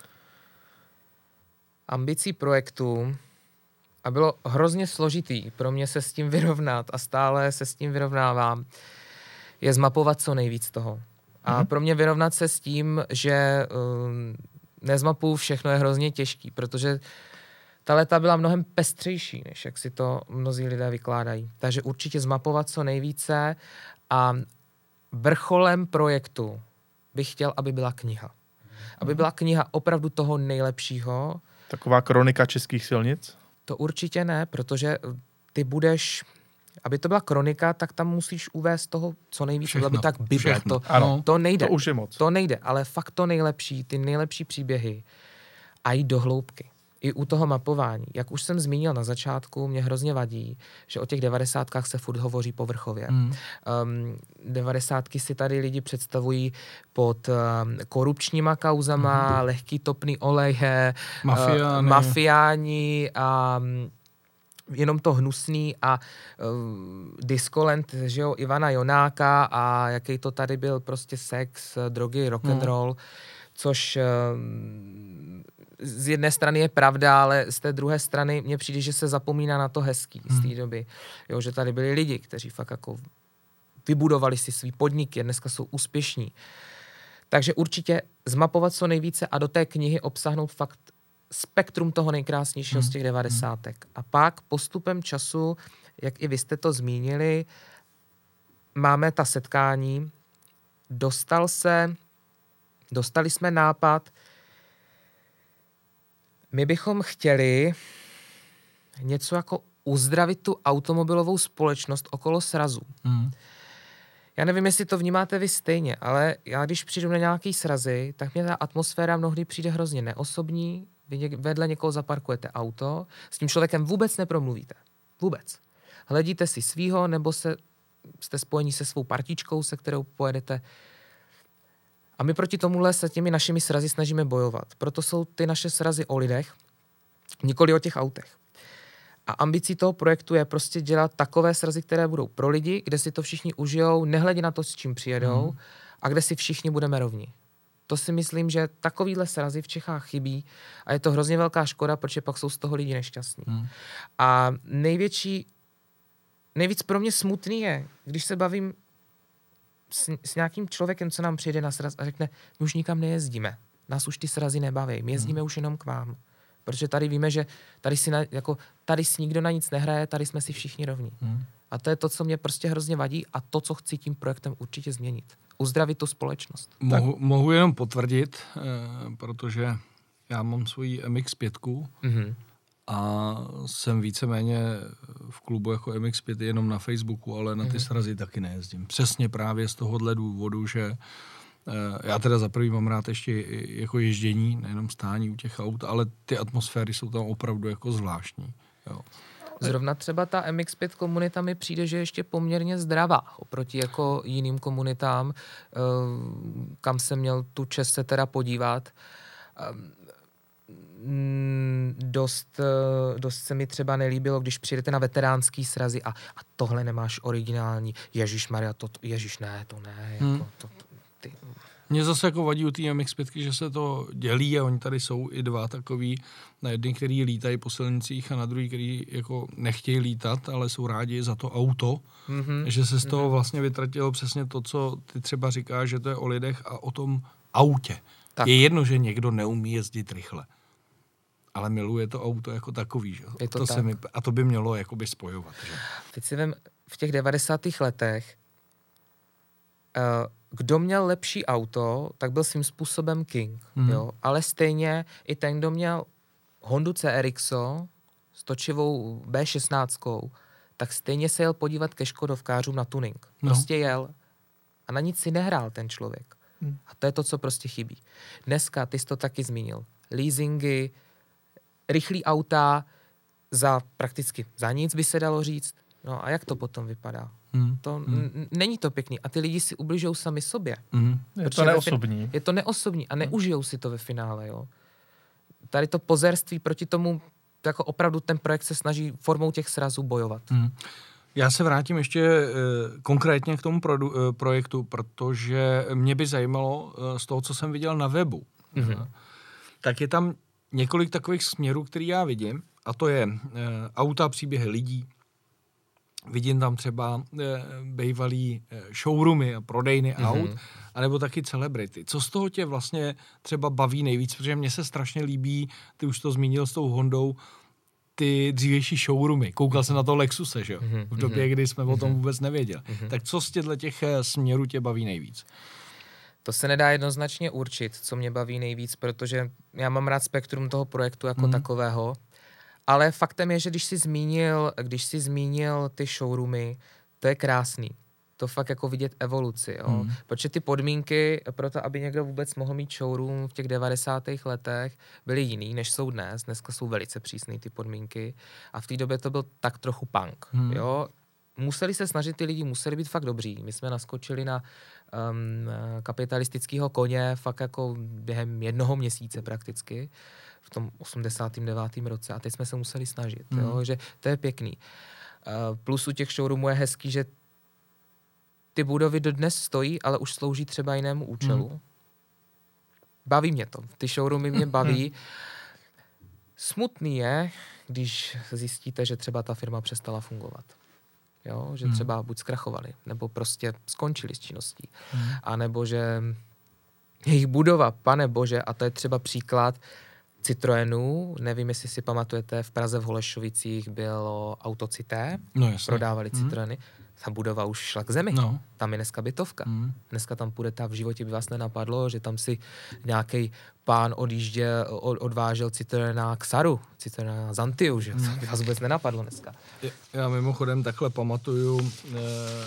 Ambicí projektu, a bylo hrozně složitý pro mě se s tím vyrovnat a stále se s tím vyrovnávám, je zmapovat co nejvíc toho. A mm-hmm. pro mě vyrovnat se s tím, že um, nezmapuju všechno, je hrozně těžký, protože ta léta byla mnohem pestřejší, než jak si to mnozí lidé vykládají. Takže určitě zmapovat co nejvíce a vrcholem projektu bych chtěl, aby byla kniha. Aby byla kniha opravdu toho nejlepšího. Taková kronika českých silnic? To určitě ne, protože ty budeš, aby to byla kronika, tak tam musíš uvést toho co nejvíc. Všechno, by tak Bible. To, ano, to nejde. To už je moc. To nejde, ale fakt to nejlepší, ty nejlepší příběhy a jít do hloubky. i u toho mapování. Jak už jsem zmínil na začátku, mě hrozně vadí, že o těch devadesátkách se furt hovoří povrchově. Mm. Um, devadesátky si tady lidi představují pod um, korupčníma kauzama, mm. lehký topný oleje, mafiáni, uh, mafiáni a um, jenom to hnusný a uh, diskolent, že jo, Ivana Jonáka a jaký to tady byl prostě sex, drogy, rock and roll, mm. což uh, z jedné strany je pravda, ale z té druhé strany mně přijde, že se zapomíná na to hezký z té doby. Jo, že tady byli lidi, kteří fakt jako vybudovali si svý podniky a dneska jsou úspěšní. Takže určitě zmapovat co nejvíce a do té knihy obsáhnout fakt spektrum toho nejkrásnějšího hmm. z těch devadesátek. A pak postupem času, jak i vy jste to zmínili, máme ta setkání, dostal se, dostali jsme nápad, my bychom chtěli něco jako uzdravit tu automobilovou společnost okolo srazů. Mm. Já nevím, jestli to vnímáte vy stejně, ale já když přijdu na nějaký srazy, tak mě ta atmosféra mnohdy přijde hrozně neosobní. Vy něk- vedle někoho zaparkujete auto, s tím člověkem vůbec nepromluvíte. Vůbec. Hledíte si svýho, nebo se, jste spojení se svou partičkou, se kterou pojedete. A my proti tomuhle se těmi našimi srazy snažíme bojovat. Proto jsou ty naše srazy o lidech, nikoli o těch autech. A ambicí toho projektu je prostě dělat takové srazy, které budou pro lidi, kde si to všichni užijou, nehledě na to, s čím přijedou, mm. a kde si všichni budeme rovni. To si myslím, že takovýhle srazy v Čechách chybí a je to hrozně velká škoda, protože pak jsou z toho lidi nešťastní. Mm. A největší, nejvíc pro mě smutný je, když se bavím S, s nějakým člověkem, co nám přijde na sraz a řekne, my už nikam nejezdíme, nás už ty srazy nebaví, my jezdíme hmm. už jenom k vám. Protože tady víme, že tady si, na, jako, tady si nikdo na nic nehraje, tady jsme si všichni rovní. Hmm. A to je to, co mě prostě hrozně vadí a to, co chci tím projektem určitě změnit. Uzdravit tu společnost. Mohu, mohu jenom potvrdit, eh, protože já mám svoji M X pět mm-hmm. a jsem víceméně v klubu jako M X pět jenom na Facebooku, ale na ty mm-hmm. srazy taky nejezdím. Přesně právě z tohohle důvodu, že eh, já teda za prvý mám rád ještě jako ježdění, nejenom stání u těch aut, ale ty atmosféry jsou tam opravdu jako zvláštní. Jo. Zrovna třeba ta M X pět komunita mi přijde, že je ještě poměrně zdravá oproti jako jiným komunitám, eh, kam jsem měl tu čest se teda podívat. Eh, Dost, dost se mi třeba nelíbilo, když přijdete na veteránský srazy a, a tohle nemáš originální. Ježišmarja, to, ježiš, ne, to ne. Jako, hmm. to, ty. Mně zase jako vadí u té M X pět, že se to dělí a oni tady jsou i dva takový, na jedný, který lítají po silnicích a na druhý, který jako nechtějí lítat, ale jsou rádi za to auto, mm-hmm. že se z toho vlastně vytratilo přesně to, co ty třeba říkáš, že to je o lidech a o tom autě. Tak. Je jedno, že někdo neumí jezdit rychle. Ale miluje to auto jako takový, že? Je to to tak. Se mi, a to by mělo jakoby spojovat, že? Teď si vem, v těch devadesátých letech uh, kdo měl lepší auto, tak byl svým způsobem king, mm. jo? Ale stejně i ten, kdo měl Hondu C R X o s točivou B šestnáct, tak stejně se jel podívat ke škodovkářům na tuning. Prostě no. jel a na nic si nehrál ten člověk. Mm. A to je to, co prostě chybí. Dneska, ty jsi to taky zmínil, leasingy, rychlý auta za prakticky za nic by se dalo říct. No a jak to potom vypadá? Mm. To, mm. n- není to pěkný. A ty lidi si ubližují sami sobě. Mm. Je to neosobní. Je to neosobní a neužijou si to ve finále. Jo? Tady to pozerství proti tomu, jako opravdu ten projekt se snaží formou těch srazů bojovat. Mm. Já se vrátím ještě e, konkrétně k tomu produ, e, projektu, protože mě by zajímalo e, z toho, co jsem viděl na webu. Mm-hmm. Tak je tam několik takových směrů, který já vidím, a to je e, auta, příběhy lidí. Vidím tam třeba e, bývalý e, showroomy a prodejny mm-hmm. aut, anebo taky celebrity. Co z toho tě vlastně třeba baví nejvíc? Protože mně se strašně líbí, ty už to zmínil s tou Hondou, ty dřívější showroomy. Koukal jsem na to Lexuse, že jo? Mm-hmm. V době, kdy jsme mm-hmm. o tom vůbec nevěděli. Mm-hmm. Tak co z těchto těch směrů tě baví nejvíc? To se nedá jednoznačně určit, co mě baví nejvíc, protože já mám rád spektrum toho projektu jako mm. takového, ale faktem je, že když jsi zmínil, když jsi zmínil ty showroomy, to je krásný. to fakt jako vidět evoluci, jo. Hmm. Protože ty podmínky pro to, aby někdo vůbec mohl mít showroom v těch devadesátých letech, byly jiný, než jsou dnes. Dneska jsou velice přísné ty podmínky. A v té době to byl tak trochu punk, hmm. jo. Museli se snažit, ty lidi museli být fakt dobří. My jsme naskočili na um, kapitalistického koně fakt jako během jednoho měsíce prakticky v tom osmdesátém devátém roce a teď jsme se museli snažit, hmm. jo, že to je pěkný. Uh, plus u těch showroomů je hezký, že ty budovy dodnes stojí, ale už slouží třeba jinému účelu. Hmm. Baví mě to. Ty showroomy mě baví. Smutný je, když zjistíte, že třeba ta firma přestala fungovat. Jo? Že hmm. třeba buď zkrachovali, nebo prostě skončili s činností. Hmm. A nebo že jejich budova, pane bože, a to je třeba příklad Citroenů, nevím, jestli si pamatujete, v Praze v Holešovicích bylo Autocité, no, jasně. prodávali hmm. Citroeny. Ta budova už šla k zemi. No. Tam je dneska bytovka. Hmm. Dneska tam půjdete a v životě by vás nenapadlo, že tam si nějaký pán odjížděl, od, odvážel Citroena k Saru, Citroena Zantiu, že hmm. to by vás vůbec nenapadlo dneska. Já mimochodem takhle pamatuju eh,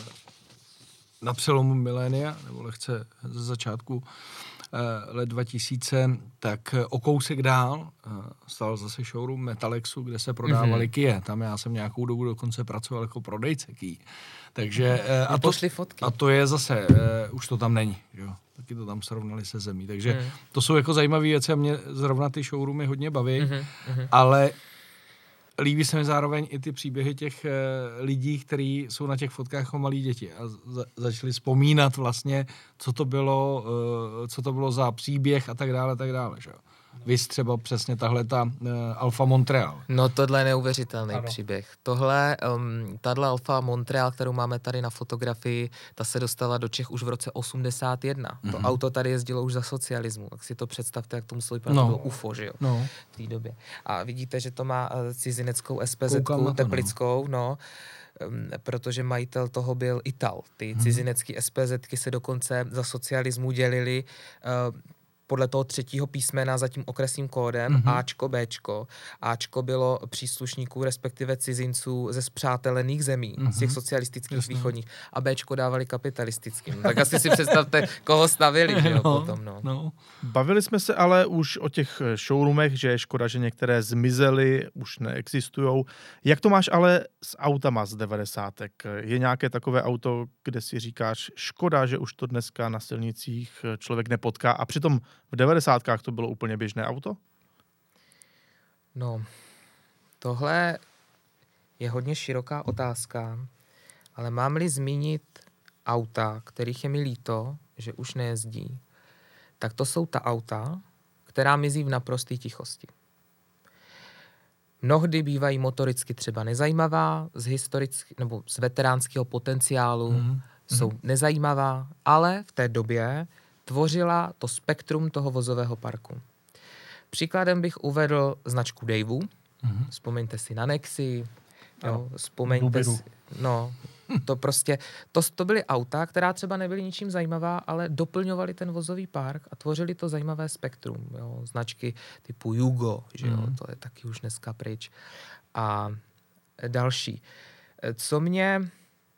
na přelomu milénia, nebo lehce ze začátku eh, let dva tisíce, tak o kousek dál eh, stál zase showroom Metalexu, kde se prodávaly mm-hmm. Kia. Tam já jsem nějakou dobu dokonce pracoval jako prodejce Kia. Takže eh, a, to, a to je zase, eh, už to tam není, jo. Taky to tam srovnali se zemí. Takže mm. to jsou jako zajímavé věci a mě zrovna ty showroomy hodně baví, mm-hmm. ale líbí se mi zároveň i ty příběhy těch e, lidí, kteří jsou na těch fotkách jako malí děti a za, začali vzpomínat vlastně, co to bylo, e, co to bylo za příběh a tak dále, tak dále, že jo. Vys třeba přesně tahle ta e, Alfa Montreal. No tohle je neuvěřitelný ano. příběh. Tohle, um, tahle Alfa Montreal, kterou máme tady na fotografii, ta se dostala do Čech už v roce osmdesát jedna. Mm-hmm. To auto tady jezdilo už za socialismu. Tak si to představte, jak to muselo vypadat. No. To bylo U F O, že jo? No. V té době. A vidíte, že to má uh, cizineckou S P Z teplickou, no. no. Um, protože majitel toho byl Ital. Ty hmm. cizinecké S P Zetky se dokonce za socialismu dělili uh, podle toho třetího písmena za tím okresním kódem, mm-hmm. Ačko, Bčko. Ačko bylo příslušníků, respektive cizinců ze spřátelených zemí, mm-hmm. z těch socialistických Jasně. východních. A Bčko dávali kapitalistickým. Tak asi si představte, koho stavili, že jo, no, potom, no. no. Bavili jsme se ale už o těch showroomech, že je škoda, že některé zmizely, už neexistujou. Jak to máš ale s autama z devadesátek? Je nějaké takové auto, kde si říkáš, škoda, že už to dneska na silnicích člověk nepotká a přitom v devadesátkách to bylo úplně běžné auto? No, tohle je hodně široká otázka, ale mám-li zmínit auta, kterých je mi líto, že už nejezdí, tak to jsou ta auta, která mizí v naprosté tichosti. Mnohdy bývají motoricky třeba nezajímavá, z historického nebo z veteránského potenciálu mm-hmm. jsou nezajímavá, ale v té době tvořila to spektrum toho vozového parku. Příkladem bych uvedl značku Daewoo. Mm-hmm. Vzpomeňte si na Nexi, jo, vzpomeňte si, no, to prostě, to, to byly auta, která třeba nebyly ničím zajímavá, ale doplňovaly ten vozový park a tvořili to zajímavé spektrum, jo, značky typu Yugo, že jo, mm-hmm. to je taky už dneska pryč. A další. Co mě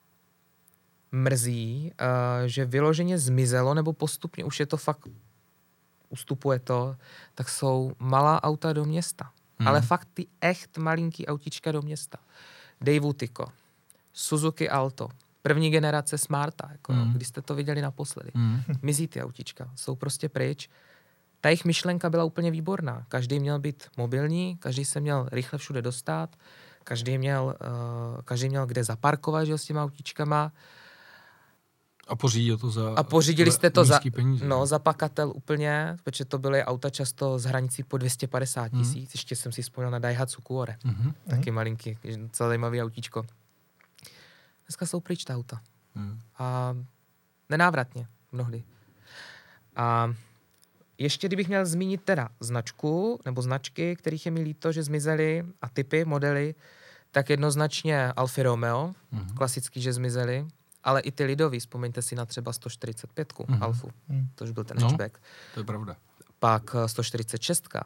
mrzí, uh, že vyloženě zmizelo, nebo postupně už je to fakt, ustupuje to, tak jsou malá auta do města. Hmm. Ale fakt ty echt malinký autička do města. Daewoo Tico, Suzuki Alto, první generace Smarta, jako, hmm. když jste to viděli naposledy. Hmm. Mizí ty autička, jsou prostě pryč. Ta jejich myšlenka byla úplně výborná. Každý měl být mobilní, každý se měl rychle všude dostat, každý měl, uh, každý měl kde zaparkovat, že, s těma autičkama. A pořídil to za A pořídili jste to za, peníze, no, za pakatel úplně, protože to byly auta často z hranicí po dvě stě padesát tisíc. Mm. Ještě jsem si vzpomněl na Daihatsu Kuore. Mm-hmm. Taky malinký, docela zajímavý autíčko. Dneska jsou pryč ta auta. Mm. A nenávratně mnohdy. A ještě kdybych měl zmínit teda značku, nebo značky, kterých je mi líto, že zmizely, a typy, modely, tak jednoznačně Alfa Romeo, mm-hmm. klasický, že zmizely. Ale i ty lidový, vzpomeňte si na třeba sto čtyřicet pět mm-hmm. Alfu, to už byl ten hatchback. No, to je pravda. Pak sto čtyřicet šest,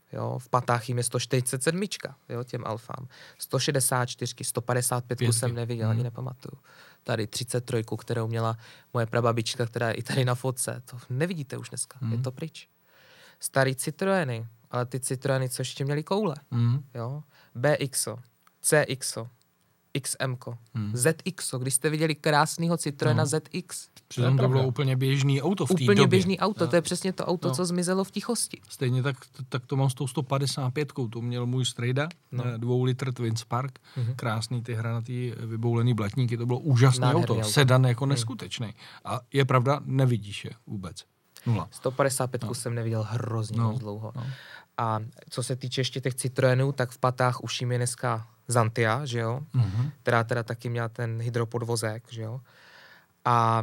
Jo, v patách jim je sto čtyřicet sedm, jo, těm alfám. sto šedesát čtyři, sto padesát pět jsem neviděl, hmm. ani nepamatuju. Tady třicet tři, kterou měla moje prababička, která je i tady na fotce. To nevidíte už dneska, hmm. je to pryč. Starý Citroeny, ale ty Citroeny, co ještě měly koule. Hmm. Jo, B X O, C X O, X M, hmm. Z X O, když jste viděli krásného Citroena no. Z X. Přitom to, to bylo úplně běžný auto v té Úplně době. běžný auto, no. To je přesně to auto, no. co zmizelo v tichosti. Stejně tak, tak to mám s tou sto padesát pět, to měl můj strejda, no. dvou litr Twin Spark, mm-hmm. krásný ty hranatý vyboulený blatníky, to bylo úžasné auto, auto, sedan jako mm. neskutečný. A je pravda, nevidíš je vůbec. Nula. sto padesát pět no. jsem neviděl hrozně no. moc dlouho. No. A co se týče ještě těch Citroenů, tak v patách už jim je dneska Xantia, že jo, mm-hmm. která teda taky měla ten hydropodvozek, že jo. A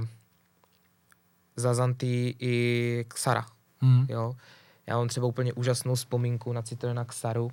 za Xantii i Xara, mm. jo. Já mám třeba úplně úžasnou vzpomínku na Citroena Xaru,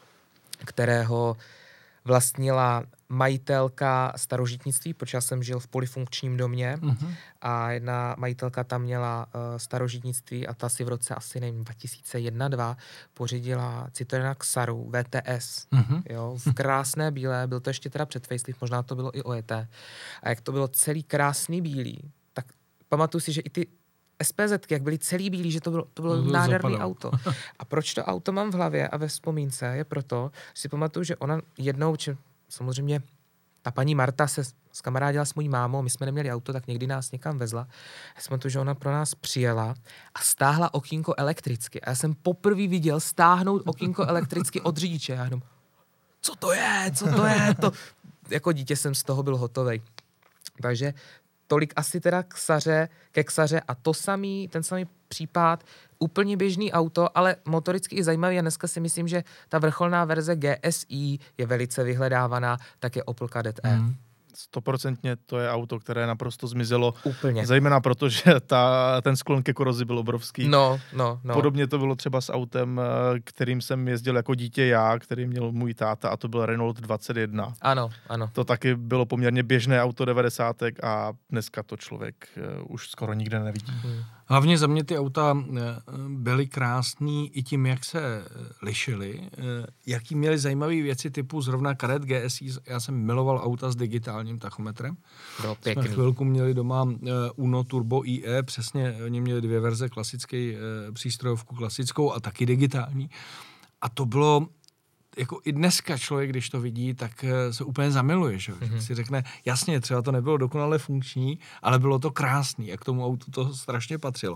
kterého vlastnila majitelka starožitnictví, protože já jsem žil v polyfunkčním domě mm-hmm. a jedna majitelka tam měla uh, starožitnictví a ta si v roce asi nevím, dva tisíce jedna dva pořídila Citroena Xaru V T S. Mm-hmm. Jo, v krásné bílé, byl to ještě teda před facelift, možná to bylo i O E T. A jak to bylo celý krásný bílý, tak pamatuju si, že i ty SPZky, jak byly celý bílý, že to bylo, to bylo to nádherný auto. A proč to auto mám v hlavě a ve vzpomínce je proto, že si pamatuju, že ona jednou, či samozřejmě ta paní Marta se skamarádila s mojí mámou, my jsme neměli auto, tak někdy nás někam vezla. Já si pamatuju, že ona pro nás přijela a stáhla okýnko elektricky. A já jsem poprvé viděl stáhnout okýnko elektricky od řidiče. Já jenom, co to je, co to je? To... Jako dítě jsem z toho byl hotovej. Takže tolik asi teda k Xaře, ke Xaře a to samý, ten samý případ, úplně běžný auto, ale motoricky i zajímavý a dneska si myslím, že ta vrcholná verze G S I je velice vyhledávaná, tak je Opel Kadett E. Mm. Stoprocentně to je auto, které naprosto zmizelo. Úplně. Zejména proto, že ta, ten sklon ke korozi byl obrovský. No, no, no. Podobně to bylo třeba s autem, kterým jsem jezdil jako dítě já, který měl můj táta a to byl Renault dvacet jedna. Ano, ano. To taky bylo poměrně běžné auto devadesátek a dneska to člověk už skoro nikde nevidí. Hmm. Hlavně za mě ty auta byly krásný i tím, jak se lišily, jaký měly zajímavé věci typu zrovna Kadett G S I. Já jsem miloval auta s digitálním tachometrem. Bylo pěkný. Jsme chvilku měli doma Uno Turbo I E, přesně oni měli dvě verze, klasický přístrojovku klasickou a taky digitální. A to bylo jako i dneska člověk, když to vidí, tak se úplně zamiluje, že? Mm-hmm. Si řekne, jasně, třeba to nebylo dokonale funkční, ale bylo to krásný a k tomu autu to strašně patřilo.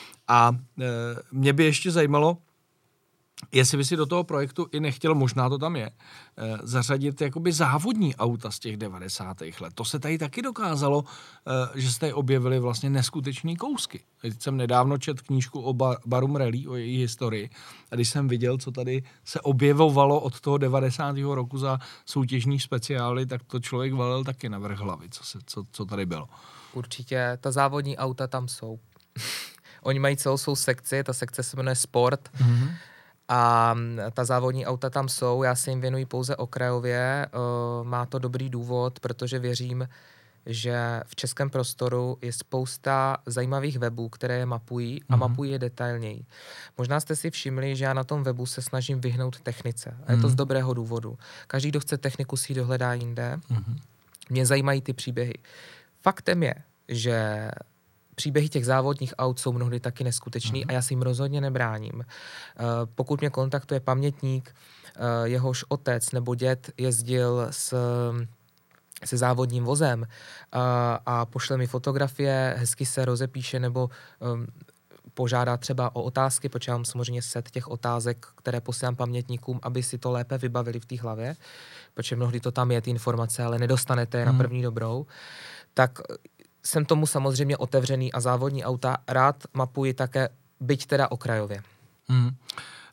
A e, mě by ještě zajímalo, jestli by si do toho projektu i nechtěl, možná to tam je, e, zařadit jakoby závodní auta z těch devadesátých let. To se tady taky dokázalo, e, že se tady objevily vlastně neskutečný kousky. Teď jsem nedávno četl knížku o bar, Barum Rally, o její historii. A když jsem viděl, co tady se objevovalo od toho devadesátého roku za soutěžní speciály, tak to člověk valil taky na vrch hlavy, co, se, co, co tady bylo. Určitě, ta závodní auta tam jsou. Oni mají celou svou sekci, ta sekce se jmenuje Sport. Mm-hmm. A ta závodní auta tam jsou, já se jim věnuji pouze okrajově, uh, má to dobrý důvod, protože věřím, že v českém prostoru je spousta zajímavých webů, které je mapují a mm-hmm. mapují je detailněji. Možná jste si všimli, že já na tom webu se snažím vyhnout technice. A je to mm-hmm. z dobrého důvodu. Každý, kdo chce techniku, si ji dohledá jinde. Mm-hmm. Mě zajímají ty příběhy. Faktem je, že příběhy těch závodních aut jsou mnohdy taky neskutečný mm. a já si jim rozhodně nebráním. Uh, pokud mě kontaktuje pamětník, uh, jehož otec nebo děd jezdil s, se závodním vozem uh, a pošle mi fotografie, hezky se rozepíše nebo um, požádá třeba o otázky, protože mám samozřejmě set těch otázek, které posílám pamětníkům, aby si to lépe vybavili v té hlavě, protože mnohdy to tam je, ty informace, ale nedostanete je mm. na první dobrou, tak jsem tomu samozřejmě otevřený a závodní auta rád mapuji také, byť teda okrajově. Hmm. Uh,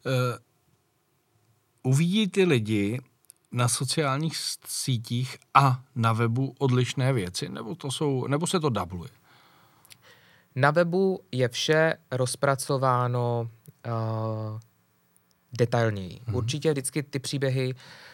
uvidí ty lidi na sociálních sítích a na webu odlišné věci, nebo, to jsou, nebo se to dubluje? Na webu je vše rozpracováno uh, detailněji. Hmm. Určitě vždycky ty příběhy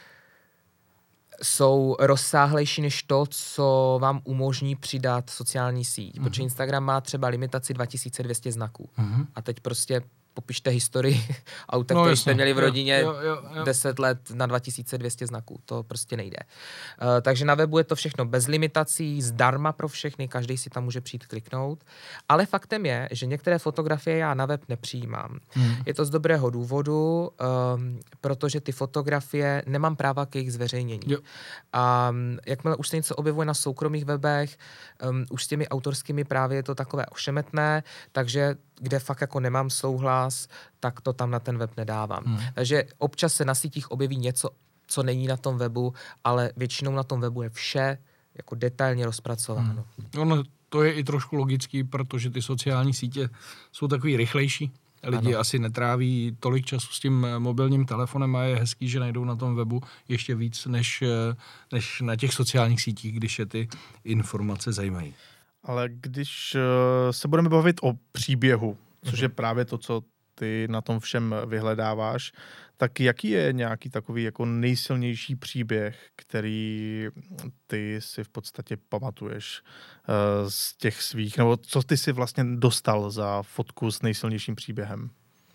jsou rozsáhlejší než to, co vám umožní přidat sociální síť. Mm-hmm. Protože Instagram má třeba limitaci dva tisíce dvě stě znaků. Mm-hmm. A teď prostě popište historii auta, no, které jasně, jste měli v rodině jo, jo, jo. deset let na dva tisíce dvě stě znaků. To prostě nejde. Uh, takže na webu je to všechno bez limitací, zdarma pro všechny, každý si tam může přijít kliknout. Ale faktem je, že některé fotografie já na web nepřijímám. Hmm. Je to z dobrého důvodu, um, protože ty fotografie nemám práva k jejich zveřejnění. Jo. A um, jakmile už se něco objevuje na soukromých webech, um, už s těmi autorskými právy je to takové ošemetné, takže kde fakt jako nemám souhlas, tak to tam na ten web nedávám. Hmm. Takže občas se na sítích objeví něco, co není na tom webu, ale většinou na tom webu je vše jako detailně rozpracováno. Hmm. Ono to je i trošku logický, protože ty sociální sítě jsou takový rychlejší. Lidi ano. asi netráví tolik času s tím mobilním telefonem a je hezký, že najdou na tom webu ještě víc, než, než na těch sociálních sítích, když je ty informace zajímají. Ale když se budeme bavit o příběhu, což je právě to, co ty na tom všem vyhledáváš, tak jaký je nějaký takový jako nejsilnější příběh, který ty si v podstatě pamatuješ uh, z těch svých, nebo co ty si vlastně dostal za fotku s nejsilnějším příběhem?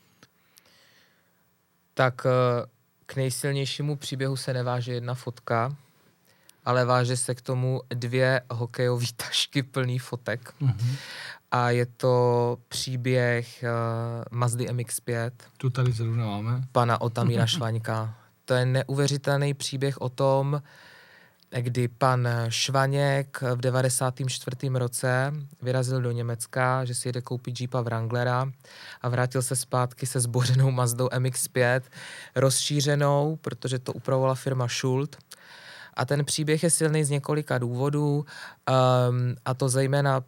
Tak k nejsilnějšímu příběhu se neváže jedna fotka, ale váže se k tomu dvě hokejové tašky plný fotek. Mm-hmm. A je to příběh uh, Mazdy M X pět. Tu tady zrovna máme. Pana Otamíra Švaňka. To je neuvěřitelný příběh o tom, kdy pan Švaněk v devadesátém čtvrtém roce vyrazil do Německa, že si jede koupit Jeepa Wranglera a vrátil se zpátky se zbořenou Mazdou M X pět, rozšířenou, protože to upravovala firma Schult. A ten příběh je silný z několika důvodů, um, a to zejména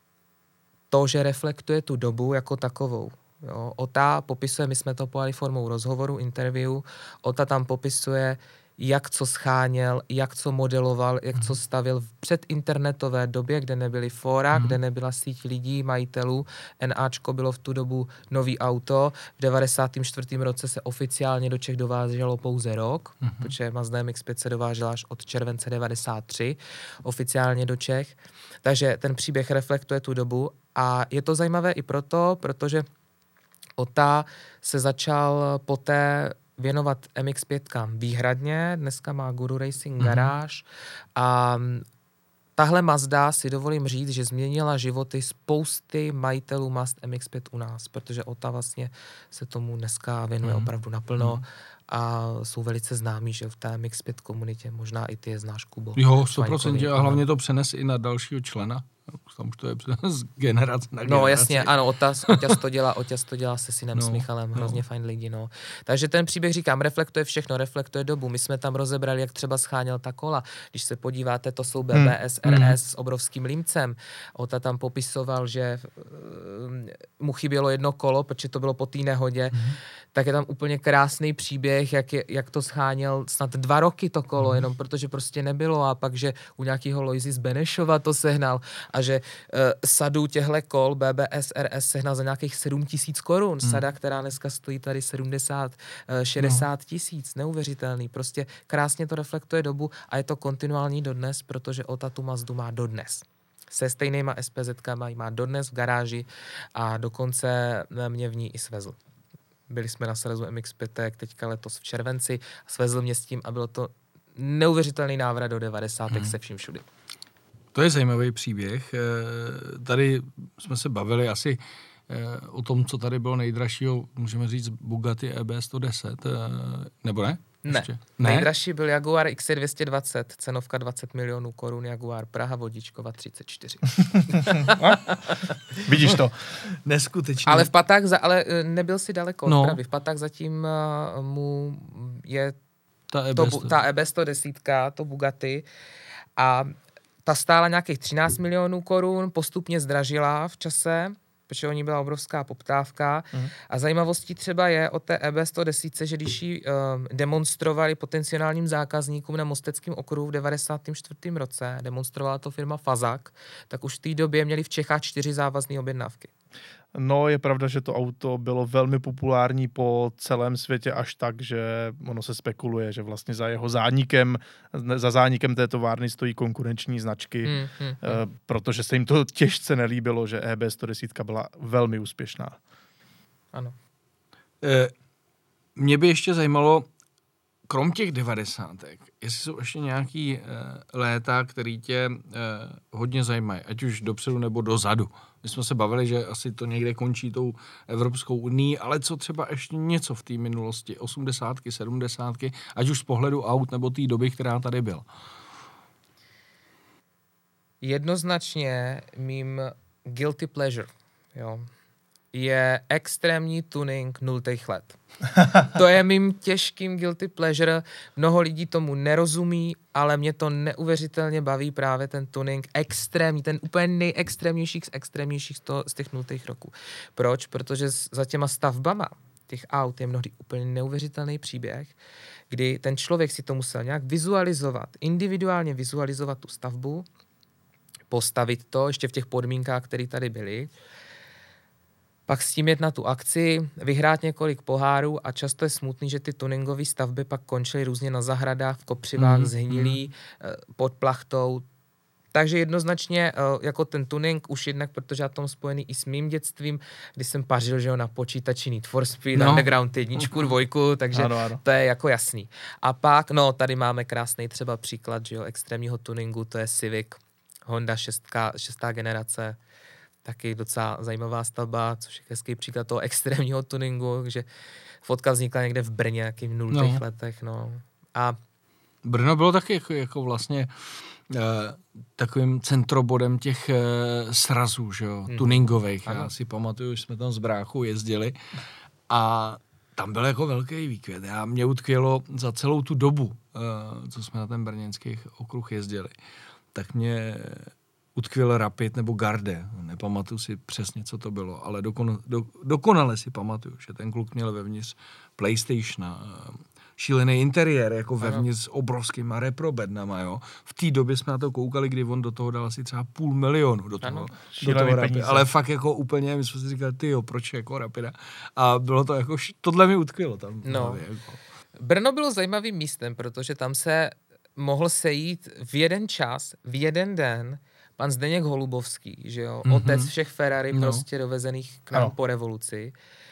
to, že reflektuje tu dobu jako takovou. Jo. Ota popisuje, my jsme to pojali formou rozhovoru, interview, Ota tam popisuje, jak co scháněl, jak co modeloval, jak co stavil v předinternetové době, kde nebyly fóra, mm. kde nebyla síť lidí, majitelů. NAčko bylo v tu dobu nový auto. V devadesátém čtvrtém roce se oficiálně do Čech dováželo pouze rok, mm. protože Mazda M X pět se dovážela až od července devadesát tři oficiálně do Čech. Takže ten příběh reflektuje tu dobu a je to zajímavé i proto, protože Ota se začal poté věnovat M X pět výhradně, dneska má Guru Racing garáž mm-hmm. a tahle Mazda, si dovolím říct, že změnila životy spousty majitelů Mazd M X pět u nás, protože Ota vlastně se tomu dneska věnuje mm-hmm. opravdu naplno a jsou velice známí, že v té M X pět komunitě, možná i ty je znáš, Kubo. Jo, sto procent a hlavně to přenes i na dalšího člena. Tam už to je z generace na generaci. No jasně, ano, Otas, Oťas to dělá, Oťas to dělá se synem, no, s Michalem, hrozně no. fajn lidi, no. Takže ten příběh, říkám, reflektuje všechno, reflektuje dobu. My jsme tam rozebrali, jak třeba scháněl ta kola. Když se podíváte, to jsou B B S, hmm. R S s obrovským límcem. Ota tam popisoval, že uh, mu chybělo jedno kolo, protože to bylo po té nehodě. Hmm. Tak je tam úplně krásný příběh, jak, je, jak to scháněl snad dva roky to kolo, hmm. jenom protože prostě nebylo a pak, že u nějakého Lojzy z Benešova to sehnal a že uh, sadu těchto kol B B S R S sehnal za nějakých sedm tisíc korun. Hmm. Sada, která dneska stojí tady sedmdesát, šedesát tisíc. No. Neuvěřitelný. Prostě krásně to reflektuje dobu a je to kontinuální dodnes, protože Ota tu Mazdu má dodnes. Se stejnýma SPZkama má dodnes v garáži a dokonce mě v ní i svezl. Byli jsme na srezu M X pět teďka letos v červenci a svezl mě s tím a bylo to neuvěřitelný návrat do devadesátek hmm. se vším všudy. To je zajímavý příběh. Tady jsme se bavili asi o tom, co tady bylo nejdražšího, můžeme říct Bugatti E B sto deset, nebo ne? Ne. ne. Nejdražší byl Jaguar X C dvě stě dvacet, cenovka dvacet milionů korun, Jaguar Praha, Vodičkova třicet čtyři. Vidíš to? Neskutečný. Ale v Patách, za, ale nebyl si daleko no. od pravdy. V Patách zatím uh, mu je ta E B sto. To, ta E B sto deset, to Bugatti a ta stála nějakých třináct milionů korun, postupně zdražila v čase, protože o ní byla obrovská poptávka. Mm. A zajímavostí třeba je o té E B sto deset, že když ji um, demonstrovali potenciálním zákazníkům na Mosteckém okruhu v devadesátém čtvrtém roce, demonstrovala to firma Fazak, tak už v té době měli v Čechách čtyři závazné objednávky. No, je pravda, že to auto bylo velmi populární po celém světě až tak, že ono se spekuluje, že vlastně za jeho zánikem, za zánikem té továrny stojí konkurenční značky, hmm, hmm, hmm. protože se jim to těžce nelíbilo, že E B sto deset byla velmi úspěšná. Ano. E, mě by ještě zajímalo, krom těch devadesátek, jestli jsou ještě nějaký e, léta, který tě e, hodně zajímají, ať už dopředu nebo dozadu. My jsme se bavili, že asi to někde končí tou Evropskou unii, ale co třeba ještě něco v té minulosti, osmdesátky, sedmdesátky, ať už z pohledu aut nebo té doby, která tady byla. Jednoznačně mým guilty pleasure, jo, je extrémní tuning nultých let. To je mým těžkým guilty pleasure. Mnoho lidí tomu nerozumí, ale mě to neuvěřitelně baví právě ten tuning extrémní, ten úplně nejextrémnějších z extrémnějších z, toho, z těch nultých roků. Proč? Protože za těma stavbama těch aut je mnohdy úplně neuvěřitelný příběh, kdy ten člověk si to musel nějak vizualizovat, individuálně vizualizovat tu stavbu, postavit to ještě v těch podmínkách, které tady byly, pak s tím jet na tu akci, vyhrát několik pohárů a často je smutný, že ty tuningové stavby pak končily různě na zahradách, v kopřivách, mm, zhnilý, mm. pod plachtou. Takže jednoznačně jako ten tuning už jednak, protože já tom spojený i s mým dětstvím, kdy jsem pařil, že jo, na počítači Need for Speed, no. Underground jedničku, dvojku, takže ano, ano. To je jako jasný. A pak, no tady máme krásný třeba příklad, že jo, extrémního tuningu, to je Civic, Honda šestka, šestá generace, taky docela zajímavá stavba, což je hezký příklad toho extrémního tuningu, že fotka vznikla někde v Brně, jaký v nultých no. letech, no. A Brno bylo taky jako, jako vlastně eh, takovým centrobodem těch eh, srazů, že jo, hmm. tuningových. Ano. Já si pamatuju, že jsme tam s bráchou jezdili a tam byl jako velký výkvět. Já mě utkvělo za celou tu dobu, eh, co jsme na ten brněnský okruh jezdili, tak mě utkvěl Rapid nebo Garde. Nepamatuju si přesně, co to bylo, ale dokon, do, dokonale si pamatuju, že ten kluk měl vevnitř PlayStationa, šílený interiér, jako vevnitř s obrovskýma reprobednama, jo. V té době jsme na to koukali, kdy on do toho dal asi třeba půl milionu do toho, do toho Rapida. Ale fakt jako úplně, my jsme si říkali, tyjo, proč jako Rapida? A bylo to jako, tohle mi utkvělo tam. No. Hlavě, jako. Brno bylo zajímavým místem, protože tam se mohl sejít v jeden čas, v jeden den pan Zdeněk Holubovský, že jo, mm-hmm. otec všech Ferrari no. prostě dovezených k nám no. po revoluci,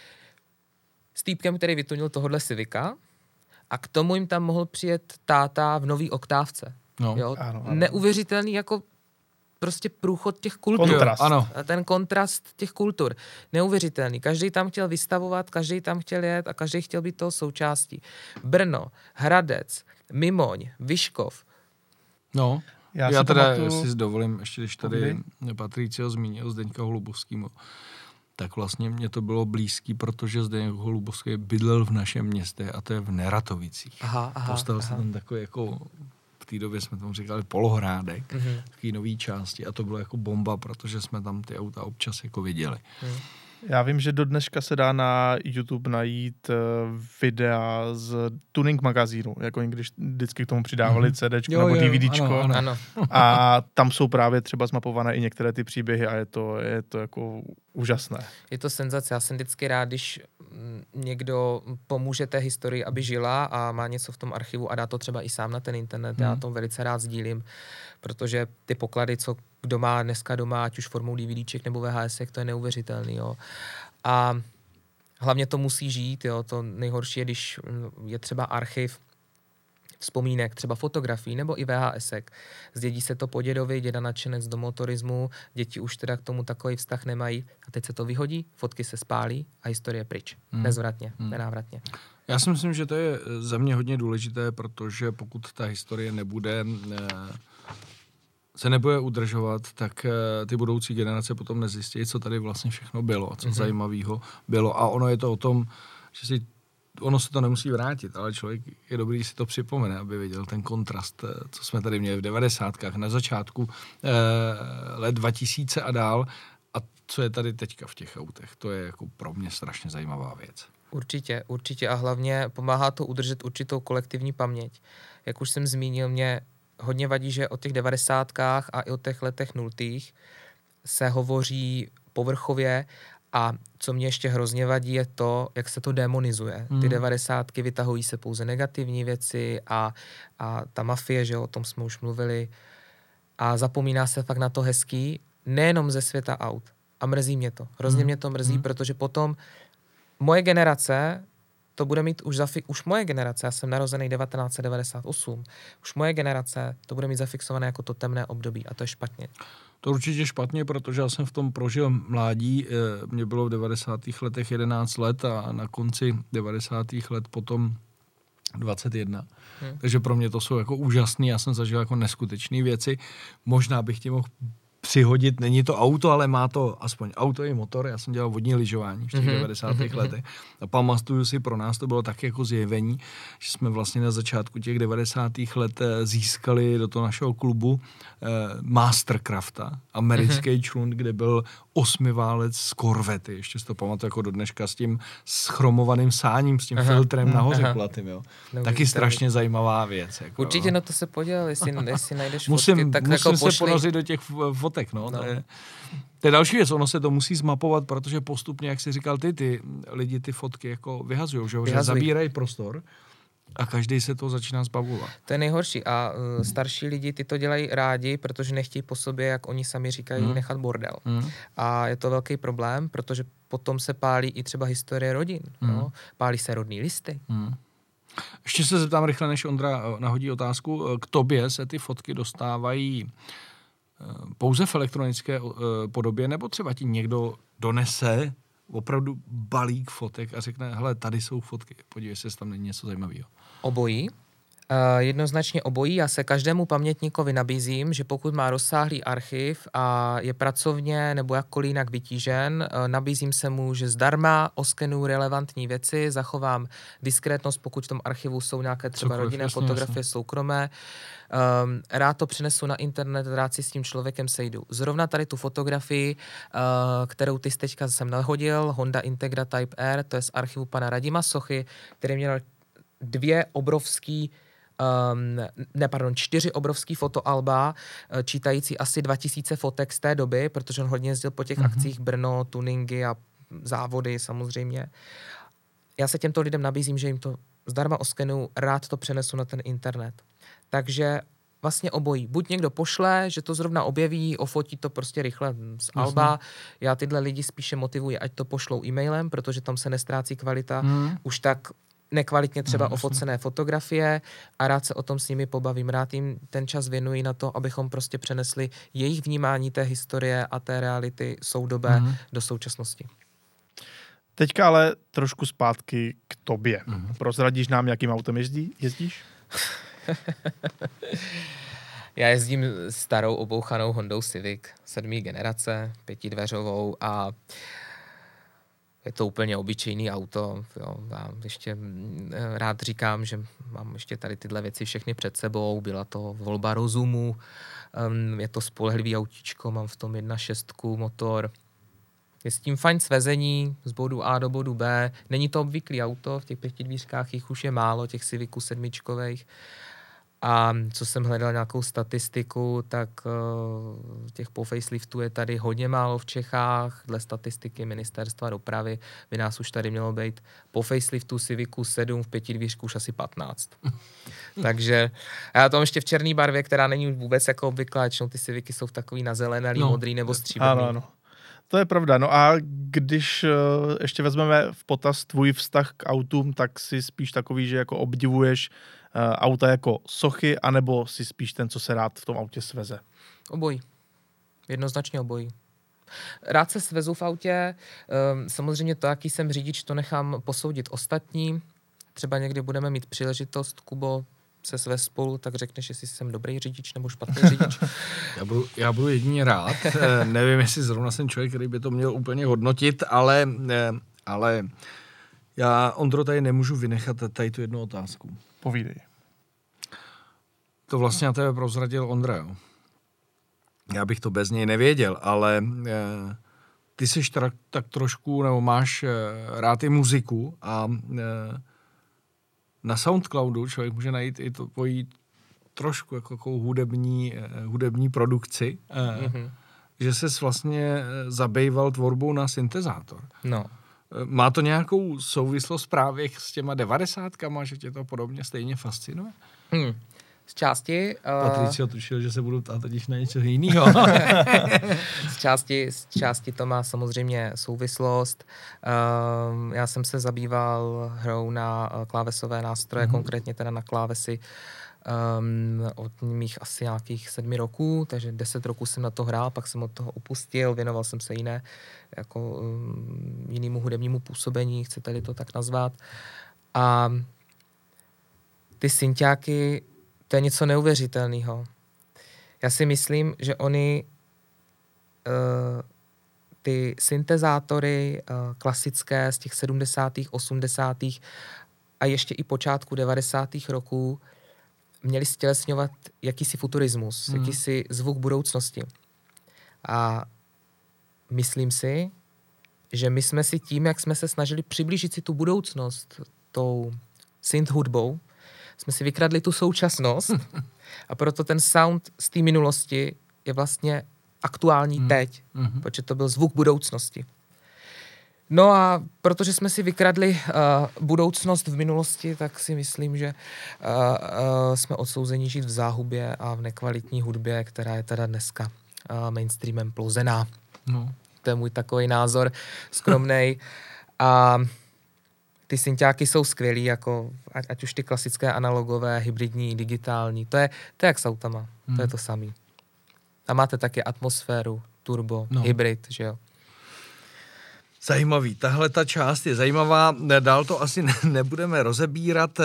s týpkem, který vytunil tohodle Civica a k tomu jim tam mohl přijet táta v nový oktávce. No. Jo? Ano, ano. Neuvěřitelný jako prostě průchod těch kultur. Kontrast. Ano. A ten kontrast těch kultur. Neuvěřitelný. Každý tam chtěl vystavovat, každý tam chtěl jet a každý chtěl být toho součástí. Brno, Hradec, Mimoň, Vyškov. No. Já, Já teda pamatuju... si dovolím, ještě když tady Patricio zmínil Zdeňka Holubovskýmu, tak vlastně mě to bylo blízký, protože Zdeněk Holubovský bydlel v našem městě a to je v Neratovicích. Aha, aha, Postavil aha. se tam takový jako, v té době jsme tomu říkali polohrádek, mm-hmm. takový nový části a to bylo jako bomba, protože jsme tam ty auta občas jako viděli. Mm. Já vím, že do dneška se dá na YouTube najít uh, videa z tuning magazínu, jako když vždycky k tomu přidávali mm-hmm. CDčko jo, nebo jo, DVDčko. Ano, ano. A tam jsou právě třeba zmapované i některé ty příběhy a je to, je to jako úžasné. Je to senzace. Já jsem vždycky rád, když někdo pomůže té historii, aby žila a má něco v tom archivu a dá to třeba i sám na ten internet. Mm. Já to velice rád sdílím, protože ty poklady, co kdo má dneska doma, ať už formou DVDček nebo VHSek, to je neuvěřitelný, jo. A hlavně to musí žít, jo. To nejhorší je, když je třeba archiv vzpomínek, třeba fotografií nebo i VHSek. Zdědí se to po dědovi, děda nadšenec do motorismu, děti už teda k tomu takový vztah nemají a teď se to vyhodí, fotky se spálí a historie je pryč. Hmm. Nezvratně, hmm. nenávratně. Já si myslím, že to je za mě hodně důležité, protože pokud ta historie nebude se nebude udržovat, tak ty budoucí generace potom nezjistí, co tady vlastně všechno bylo a co mm-hmm. zajímavého bylo. A ono je to o tom, že si ono se to nemusí vrátit, ale člověk je dobrý, když si to připomene, aby viděl ten kontrast, co jsme tady měli v devadesátkách, na začátku eh, let dva tisíce a dál a co je tady teďka v těch autech. To je jako pro mě strašně zajímavá věc. Určitě, určitě a hlavně pomáhá to udržet určitou kolektivní paměť. Jak už jsem zmínil, mě hodně vadí, že o těch devadesátkách a i o těch letech nultých se hovoří povrchově a co mě ještě hrozně vadí je to, jak se to demonizuje. Mm. Ty devadesátky vytahují se pouze negativní věci a, a ta mafie, že o tom jsme už mluvili a zapomíná se fakt na to hezký, nejenom ze světa aut. A mrzí mě to. Hrozně mm. mě to mrzí, mm. protože potom moje generace to bude mít už zafi- už moje generace, já jsem narozený devatenáct set devadesát osm, už moje generace to bude mít zafixované jako to temné období a to je špatně. To určitě špatně, protože já jsem v tom prožil mládí, mě bylo v devadesátých letech jedenáct let a na konci devadesátých let potom dvacet jedna. Hmm. Takže pro mě to jsou jako úžasný, já jsem zažil jako neskutečné věci. Možná bych ti mohl přihodit, není to auto, ale má to aspoň auto i motor. Já jsem dělal vodní lyžování v těch mm-hmm. devadesátých mm-hmm. letech. A pamatuju si, pro nás to bylo taky jako zjevení, že jsme vlastně na začátku těch devadesátých let získali do toho našeho klubu eh, Mastercrafta, americký mm-hmm. člun, kde byl osmiválec z korvety. Ještě si to pamatuju jako do dneška s tím schromovaným sáním, s tím aha. filtrem nahoře kulatým. Jo. Taky strašně zajímavá věc. Jako, určitě na to se podíval, jestli, jestli najdeš musím, fotky, tak musím jako se pošli. ponořit do těch fotek, no. no. To, je, to je další věc, ono se to musí zmapovat, protože postupně, jak jsi říkal ty, ty lidi ty fotky jako vyhazujou, že, že zabírají prostor a každý se to začíná zbavovat. To je nejhorší a uh, starší lidi ty to dělají rádi, protože nechtějí po sobě, jak oni sami říkají, hmm. nechat bordel. Hmm. A je to velký problém, protože potom se pálí i třeba historie rodin. Hmm. No? Pálí se rodný listy. Hmm. Ještě se zeptám rychle, než Ondra nahodí otázku. K tobě se ty fotky dostávají pouze v elektronické podobě, nebo třeba ti někdo donese opravdu balík fotek a řekne, hele, tady jsou fotky, podívej se, jestli tam není něco zajímavého. Obojí. Uh, jednoznačně obojí. Já se každému pamětníkovi nabízím, že pokud má rozsáhlý archiv a je pracovně nebo jakkoliv jinak vytížen, uh, nabízím se mu, že zdarma oskenuju relevantní věci, zachovám diskrétnost, pokud v tom archivu jsou nějaké třeba Cokoliv, rodinné jasně, fotografie jasně. soukromé. Um, rád to přinesu na internet, rád si s tím člověkem sejdu. Zrovna tady tu fotografii, uh, kterou ty teďka jsem nahodil, Honda Integra Type R, to je z archivu pana Radima Sochy, který měl dvě obrovský Um, ne, pardon, čtyři obrovský fotoalba, čítající asi dva tisíce fotek z té doby, protože on hodně jezdil po těch mm-hmm. akcích Brno, tuningy a závody samozřejmě. Já se těmto lidem nabízím, že jim to zdarma oskenu, rád to přenesu na ten internet. Takže vlastně obojí. Buď někdo pošle, že to zrovna objeví, ofotí to prostě rychle z alba. Jasně. Já tyhle lidi spíše motivuji, ať to pošlou e-mailem, protože tam se nestrácí kvalita. Mm. Už tak nekvalitně třeba no, ofocené fotografie a rád se o tom s nimi pobavím. Rád jim ten čas věnuji na to, abychom prostě přenesli jejich vnímání té historie a té reality soudobé mm. do současnosti. Teďka ale trošku zpátky k tobě. Mm. Prozradíš nám, jakým autem jezdí, jezdíš? Já jezdím starou obouchanou Hondou Civic sedmé generace, pětidveřovou a je to úplně obyčejný auto. Jo. Já ještě rád říkám, že mám ještě tady tyhle věci všechny před sebou. Byla to volba rozumu. Um, je to spolehlivý autíčko, mám v tom jedna šestku motor. Je s tím fajn svezení z bodu A do bodu B. Není to obvyklý auto, v těch pětidvířkách jich už je málo, těch Civiců sedmičkových. A co jsem hledal nějakou statistiku, tak uh, těch po faceliftu je tady hodně málo v Čechách. Dle statistiky ministerstva dopravy by nás už tady mělo být po faceliftu Civicu sedm v pětidvířku už asi patnáct. Takže já to mám ještě v černé barvě, která není vůbec jako obvyklá. Většinou ty Civicy jsou v takový nazelenalý, no, modrý nebo stříbrný. Ano, ano. To je pravda. No a když uh, ještě vezmeme v potaz tvůj vztah k autům, tak si spíš takový, že jako obdivuješ uh, auta jako sochy, anebo si spíš ten, co se rád v tom autě sveze? Obojí. Jednoznačně obojí. Rád se svezu v autě. Um, samozřejmě to, jaký jsem řidič, to nechám posoudit ostatní. Třeba někdy budeme mít příležitost, Kubo, se svez spolu, tak řekneš, jestli jsem dobrý řidič nebo špatný řidič. já, budu, já budu jedině rád. Nevím, jestli zrovna jsem člověk, který by to měl úplně hodnotit, ale, ale já, Ondro, tady nemůžu vynechat tady tu jednu otázku. Povídej. To vlastně na tebe prozradil Ondra, jo. Já bych to bez něj nevěděl, ale eh, ty jsi tak, tak trošku, nebo máš eh, rád i muziku a eh, na Soundcloudu člověk může najít i to tvojí trošku jako, jako hudební, eh, hudební produkci, eh, mm-hmm. že ses vlastně zabýval tvorbou na syntezátor. No. Má to nějakou souvislost právě s těma devadesátkama, že tě to podobně stejně fascinuje? Hmm. Z části... Uh... Patricio tušil, že se budu ptát totiž na něco jiného. z, části, z části to má samozřejmě souvislost. Uh, já jsem se zabýval hrou na klávesové nástroje, mm-hmm. konkrétně teda na klávesy um, od mých asi nějakých sedmi roků, takže deset roků jsem na to hrál, pak jsem od toho upustil, věnoval jsem se jiné, jako um, jinému hudebnímu působení, chcete-li to tak nazvat. A ty synťáky, to je něco neuvěřitelného. Já si myslím, že oni uh, ty syntezátory uh, klasické z těch sedmdesátých, osmdesátých a ještě i počátku devadesátých roků měli stělesňovat jakýsi futurismus, mm. jakýsi zvuk budoucnosti. A myslím si, že my jsme si tím, jak jsme se snažili přiblížit si tu budoucnost tou synth hudbou, jsme si vykradli tu současnost a proto ten sound z té minulosti je vlastně aktuální mm. teď, mm-hmm. protože to byl zvuk budoucnosti. No a protože jsme si vykradli uh, budoucnost v minulosti, tak si myslím, že uh, uh, jsme odsouzeni žít v záhubě a v nekvalitní hudbě, která je teda dneska uh, mainstreamem plozená. No. To je můj takový názor skromnej. A ty synťáky jsou skvělý, jako ať, ať už ty klasické analogové, hybridní, digitální. To je, to je jak s autama. Hmm. To je to samý. A máte taky atmosféru, turbo, no. hybrid, že jo. Zajímavý. Tahle ta část je zajímavá. Dál to asi ne, nebudeme rozebírat.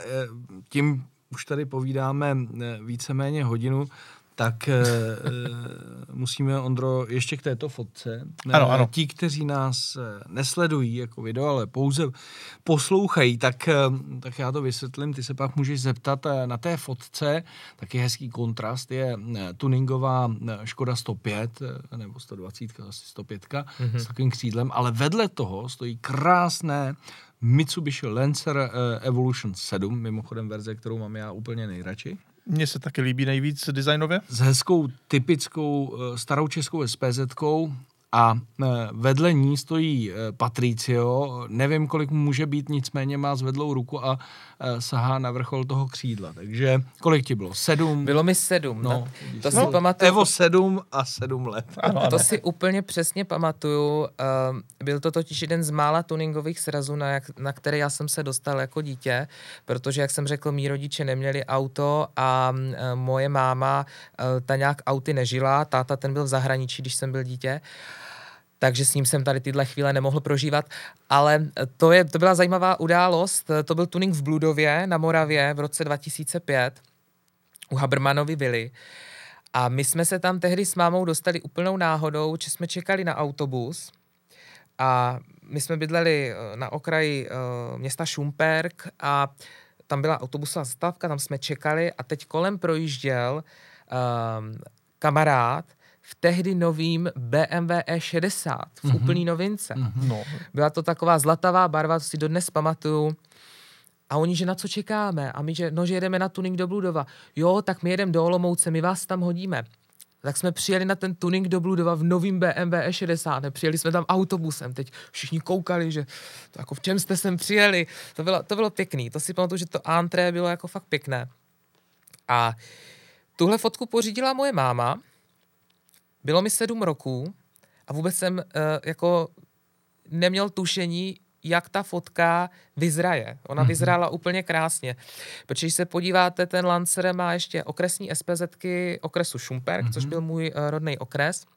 Tím už tady povídáme víceméně hodinu. Tak e, e, musíme, Ondro, ještě k této fotce. Ano, ano. Ti, kteří nás nesledují jako video, ale pouze poslouchají, tak, tak já to vysvětlím. Ty se pak můžeš zeptat. Na té fotce taky hezký kontrast je tuningová Škoda sto pět nebo sto dvacet, asi sto pět mm-hmm. s takovým křídlem, ale vedle toho stojí krásné Mitsubishi Lancer Evolution sedm, mimochodem verze, kterou mám já úplně nejradši. Mně se taky líbí nejvíc designově. S hezkou, typickou starou českou SPZkou a vedle ní stojí Patricio. Nevím, kolik mu může být, nicméně má zvedlou ruku a sahá na vrchol toho křídla. Takže kolik ti bylo? Sedm? Bylo mi sedm. No, no. To no, si pamatuju. Evo sedm a sedm let. Ano, ano. To si úplně přesně pamatuju. Byl to totiž jeden z mála tuningových srazů, na, jak, na který já jsem se dostal jako dítě, protože, jak jsem řekl, mý rodiče neměli auto a moje máma ta nějak auty nežila. Táta ten byl v zahraničí, když jsem byl dítě. Takže s ním jsem tady tyhle chvíle nemohl prožívat, ale to, je, to byla zajímavá událost. To byl tuning v Bludově na Moravě v roce dva tisíce pět u Habermanovy vily. A my jsme se tam tehdy s mámou dostali úplnou náhodou, že jsme čekali na autobus a my jsme bydleli na okraji uh, města Šumperk a tam byla autobusová zastávka, tam jsme čekali a teď kolem projížděl uh, kamarád v tehdy novým bé em vé é šedesát, v mm-hmm. úplný novince. Mm-hmm. No. Byla to taková zlatavá barva, to si dodnes pamatuju. A oni, že na co čekáme? A my, že, no, že jedeme na tuning do Bludova. Jo, tak my jedeme do Olomouce, my vás tam hodíme. Tak jsme přijeli na ten tuning do Bludova v novým bé em vé é šedesát. Přijeli jsme tam autobusem. Teď všichni koukali, že to jako v čem jste sem přijeli. To bylo, to bylo pěkný. To si pamatuju, že to entré bylo jako fakt pěkné. A tuhle fotku pořídila moje máma. Bylo mi sedm roků a vůbec jsem uh, jako neměl tušení, jak ta fotka vyzraje. Ona mm-hmm. vyzrála úplně krásně. Protože když se podíváte, ten Lancer má ještě okresní SPZky okresu Šumperk, mm-hmm. což byl můj uh, rodný okres.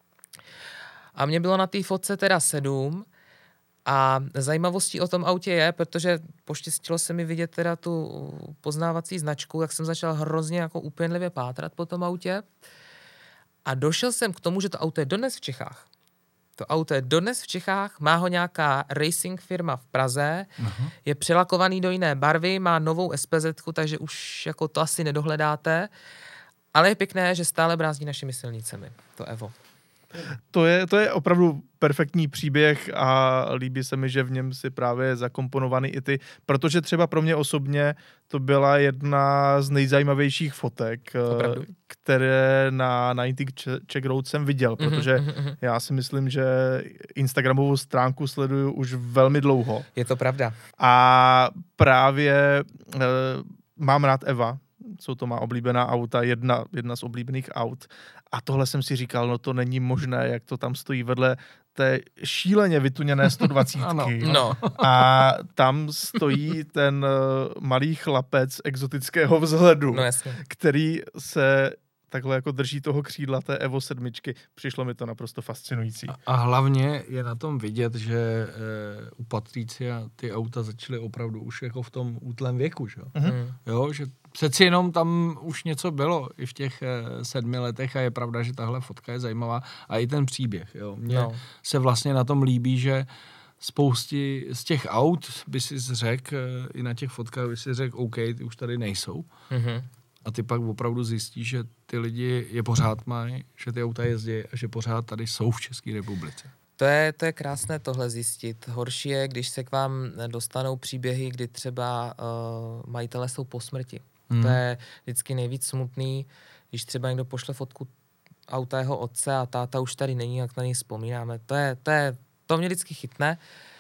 A mě bylo na té fotce teda sedm. A zajímavostí o tom autě je, protože poštěstilo se mi vidět teda tu poznávací značku, tak jsem začal hrozně jako úpěnlivě pátrat po tom autě. A došel jsem k tomu, že to auto je dodnes v Čechách. To auto je dodnes v Čechách, má ho nějaká racing firma v Praze, uh-huh. je přelakovaný do jiné barvy, má novou SPZku, takže už jako to asi nedohledáte. Ale je pěkné, že stále brázdí našimi silnicemi. To Evo. To je, to je opravdu perfektní příběh a líbí se mi, že v něm si právě zakomponovaný i ty, protože třeba pro mě osobně to byla jedna z nejzajímavějších fotek, Opravdu? které na Nineteen Czech Road jsem viděl, protože mm-hmm. já si myslím, že Instagramovou stránku sleduju už velmi dlouho. Je to pravda. A právě e, mám rád Eva, jsou to má oblíbená auta, jedna, jedna z oblíbených aut. A tohle jsem si říkal, no to není možné, jak to tam stojí vedle té šíleně vytuněné sto dvacet. No. A tam stojí ten malý chlapec exotického vzhledu, no, jasně. který se takhle jako drží toho křídla té Evo sedm. Přišlo mi to naprosto fascinující. A, a hlavně je na tom vidět, že e, u Patricia ty auta začaly opravdu už jako v tom útlém věku, že? Mm. Jo, že přeci jenom tam už něco bylo i v těch e, sedmi letech a je pravda, že tahle fotka je zajímavá a i ten příběh, jo. Mně no. se vlastně na tom líbí, že spousti z těch aut by si řekl, e, i na těch fotkách by si řekl, OK, ty už tady nejsou. Mm-hmm. A ty pak opravdu zjistíš, že ty lidi je pořád mají, že ty auta jezdí a že pořád tady jsou v České republice. To je, to je krásné tohle zjistit. Horší je, když se k vám dostanou příběhy, kdy třeba uh, majitelé jsou po smrti. Hmm. To je vždycky nejvíc smutný, když třeba někdo pošle fotku auta jeho otce a táta už tady není, jak na něj vzpomínáme. To je, to je, to mě vždycky chytne.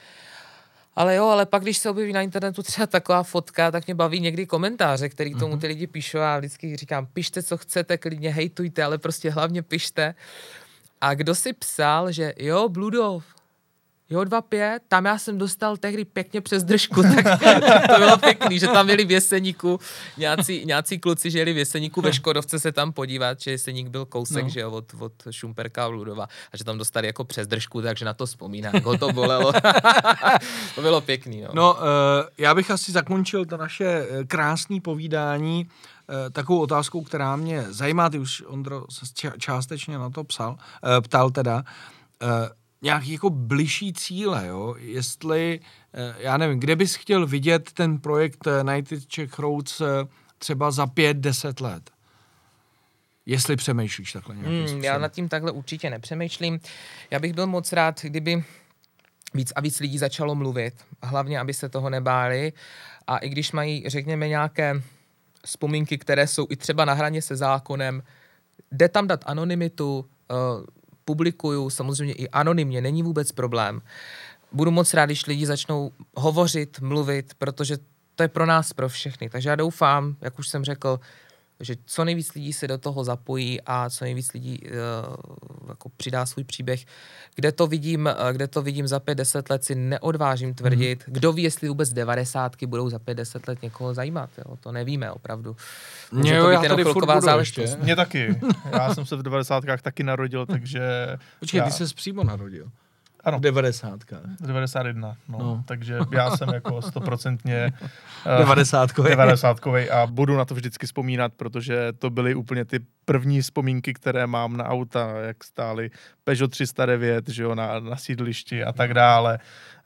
Ale jo, ale pak, když se objeví na internetu třeba taková fotka, tak mě baví někdy komentáře, který tomu ty lidi píšou a vždycky říkám, pište, co chcete, klidně hejtujte, ale prostě hlavně pište. A kdo si psal, že jo, Bludov, jo, dva pět, tam já jsem dostal tehdy pěkně přes držku, tak to bylo pěkný, že tam byli v Jeseníku, nějací, nějací kluci, že jeli v Jeseníku ve Škodovce se tam podívat, že Jeseník byl kousek, no. že jo, od, od Šumperka a Bludova a že tam dostali jako přes držku, takže na to vzpomínám, ho to bolelo. To bylo pěkný, no. No, uh, já bych asi zakončil to naše krásné povídání uh, takovou otázkou, která mě zajímá, ty už, Ondro, se ča- částečně na to psal, uh, ptal teda, uh, nějaký jako bližší cíle, jo, jestli, já nevím, kde bys chtěl vidět ten projekt United Czech Roads třeba za pět, deset let? Jestli přemýšlíš takhle nějakým hmm, způsobem. Já nad tím takhle určitě nepřemýšlím. Já bych byl moc rád, kdyby víc a víc lidí začalo mluvit, hlavně, aby se toho nebáli a i když mají, řekněme, nějaké vzpomínky, které jsou i třeba na hraně se zákonem, jde tam dát anonymitu, uh, publikuju, samozřejmě i anonymně, není vůbec problém. Budu moc rád, když lidi začnou hovořit, mluvit, protože to je pro nás, pro všechny. Takže já doufám, jak už jsem řekl, že co nejvíc lidí se do toho zapojí a co nejvíc lidí uh, jako přidá svůj příběh. Kde to vidím, uh, kde to vidím za pět, deset let, si neodvážím tvrdit. Mm. Kdo ví, jestli vůbec devadesátky budou za pět, deset let někoho zajímat. Jo? To nevíme opravdu. Může to být jenom chvilková záležitost. Mě taky. Já jsem se v devadesátkách taky narodil, takže... Počkej, já... ty ses přímo narodil. Ano. V devadesátkách. devadesát jedna, no. no. Takže já jsem jako stoprocentně devadesátkovej. devadesátkovej a budu na to vždycky vzpomínat, protože to byly úplně ty první vzpomínky, které mám na auta, jak stály Peugeot tři sta devět, že jo, na, na sídlišti a tak dále.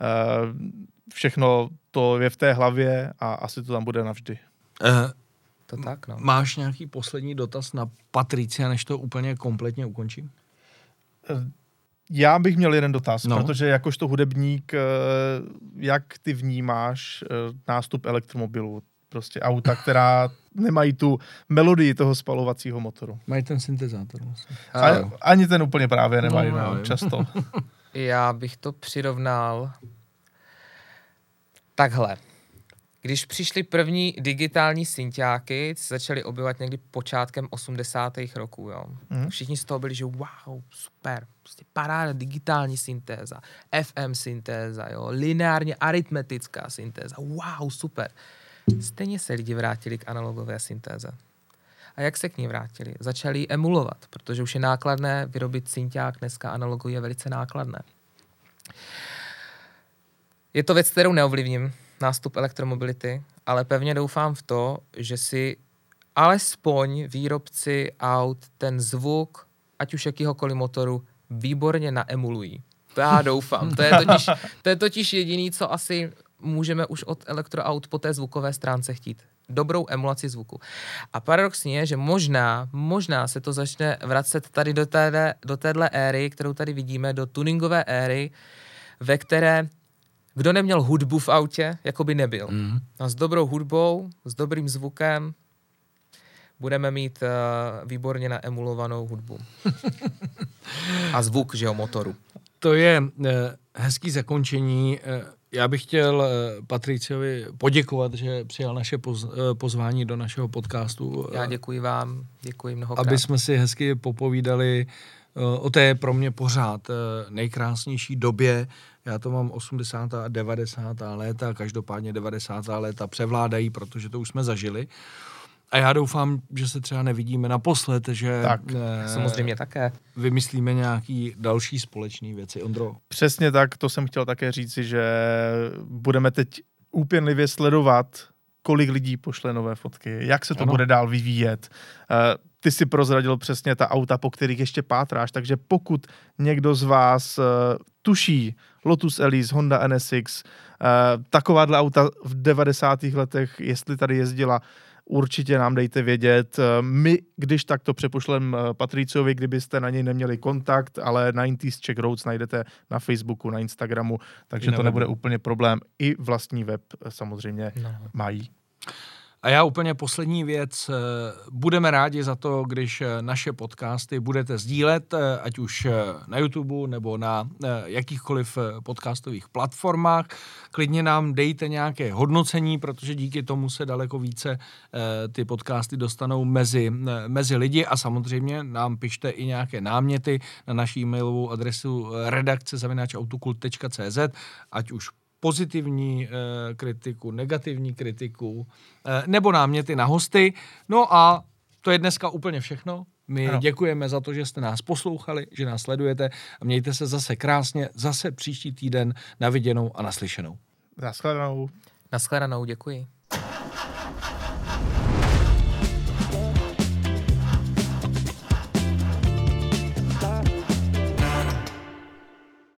Všechno to je v té hlavě a asi to tam bude navždy. Uh, to tak, no. Máš nějaký poslední dotaz na Patricia, než to úplně kompletně ukončím? Uh, Já bych měl jeden dotaz, no. protože jakožto hudebník, jak ty vnímáš nástup elektromobilů? Prostě auta, která nemají tu melodii toho spalovacího motoru. Mají ten syntezátor. Vlastně. A, ani ten úplně právě nemají, no, no, často. Já bych to přirovnal takhle. Když přišly první digitální synťáky, se začaly objevovat někdy počátkem osmdesátých roků, jo. Mm. Všichni z toho byli, že wow, super, prostě paráda, digitální syntéza, F M syntéza, jo, lineárně aritmetická syntéza, wow, super. Stejně se lidi vrátili k analogové syntéze. A jak se k ní vrátili? Začali ji emulovat, protože už je nákladné vyrobit synťák, dneska analogový je velice nákladné. Je to věc, kterou neovlivním, nástup elektromobility, ale pevně doufám v to, že si alespoň výrobci aut ten zvuk, ať už jakýhokoliv motoru, výborně naemulují. To já doufám. To je totiž, to je totiž jediný, co asi můžeme už od elektroaut po té zvukové stránce chtít. Dobrou emulaci zvuku. A paradoxně je, že možná, možná se to začne vracet tady do téhle, do téhle éry, kterou tady vidíme, do tuningové éry, ve které kdo neměl hudbu v autě, jako by nebyl. Mm. A s dobrou hudbou, s dobrým zvukem budeme mít uh, výborně naemulovanou hudbu. A zvuk, že jo, motoru. To je uh, hezký zakončení. Uh, Já bych chtěl Patriciovi poděkovat, že přijal naše poz, pozvání do našeho podcastu. Já děkuji vám, děkuji mnohokrát. Aby jsme si hezky popovídali o té pro mě pořád nejkrásnější době. Já to mám osmdesátá a devadesátá léta, každopádně devadesátá léta převládají, protože to už jsme zažili. A já doufám, že se třeba nevidíme naposled, že tak, eh, samozřejmě také vymyslíme nějaký další společný věci. Ondro? Přesně tak, to jsem chtěl také říci, že budeme teď úpěnlivě sledovat, kolik lidí pošle nové fotky, jak se to ano. bude dál vyvíjet. Uh, ty si prozradil přesně ta auta, po kterých ještě pátráš, takže pokud někdo z vás uh, tuší Lotus Elise, Honda N S X, uh, takováhle auta v devadesátých letech, jestli tady jezdila, určitě nám dejte vědět. My, když tak to přepošlem Patriciovi, kdybyste na něj neměli kontakt, ale devadesát Czech Roads najdete na Facebooku, na Instagramu, takže to nebude úplně problém. I vlastní web samozřejmě no. mají. A já úplně poslední věc. Budeme rádi za to, když naše podcasty budete sdílet, ať už na YouTube nebo na jakýchkoliv podcastových platformách. Klidně nám dejte nějaké hodnocení, protože díky tomu se daleko více ty podcasty dostanou mezi, mezi lidi a samozřejmě nám pište i nějaké náměty na naší e-mailovou adresu redakce zavináč autokult tečka cé zet, ať už pozitivní e, kritiku, negativní kritiku, e, nebo náměty na hosty. No a to je dneska úplně všechno. My ano. děkujeme za to, že jste nás poslouchali, že nás sledujete a mějte se zase krásně, zase příští týden na viděnou a naslyšenou. Naschledanou. Naschledanou, děkuji.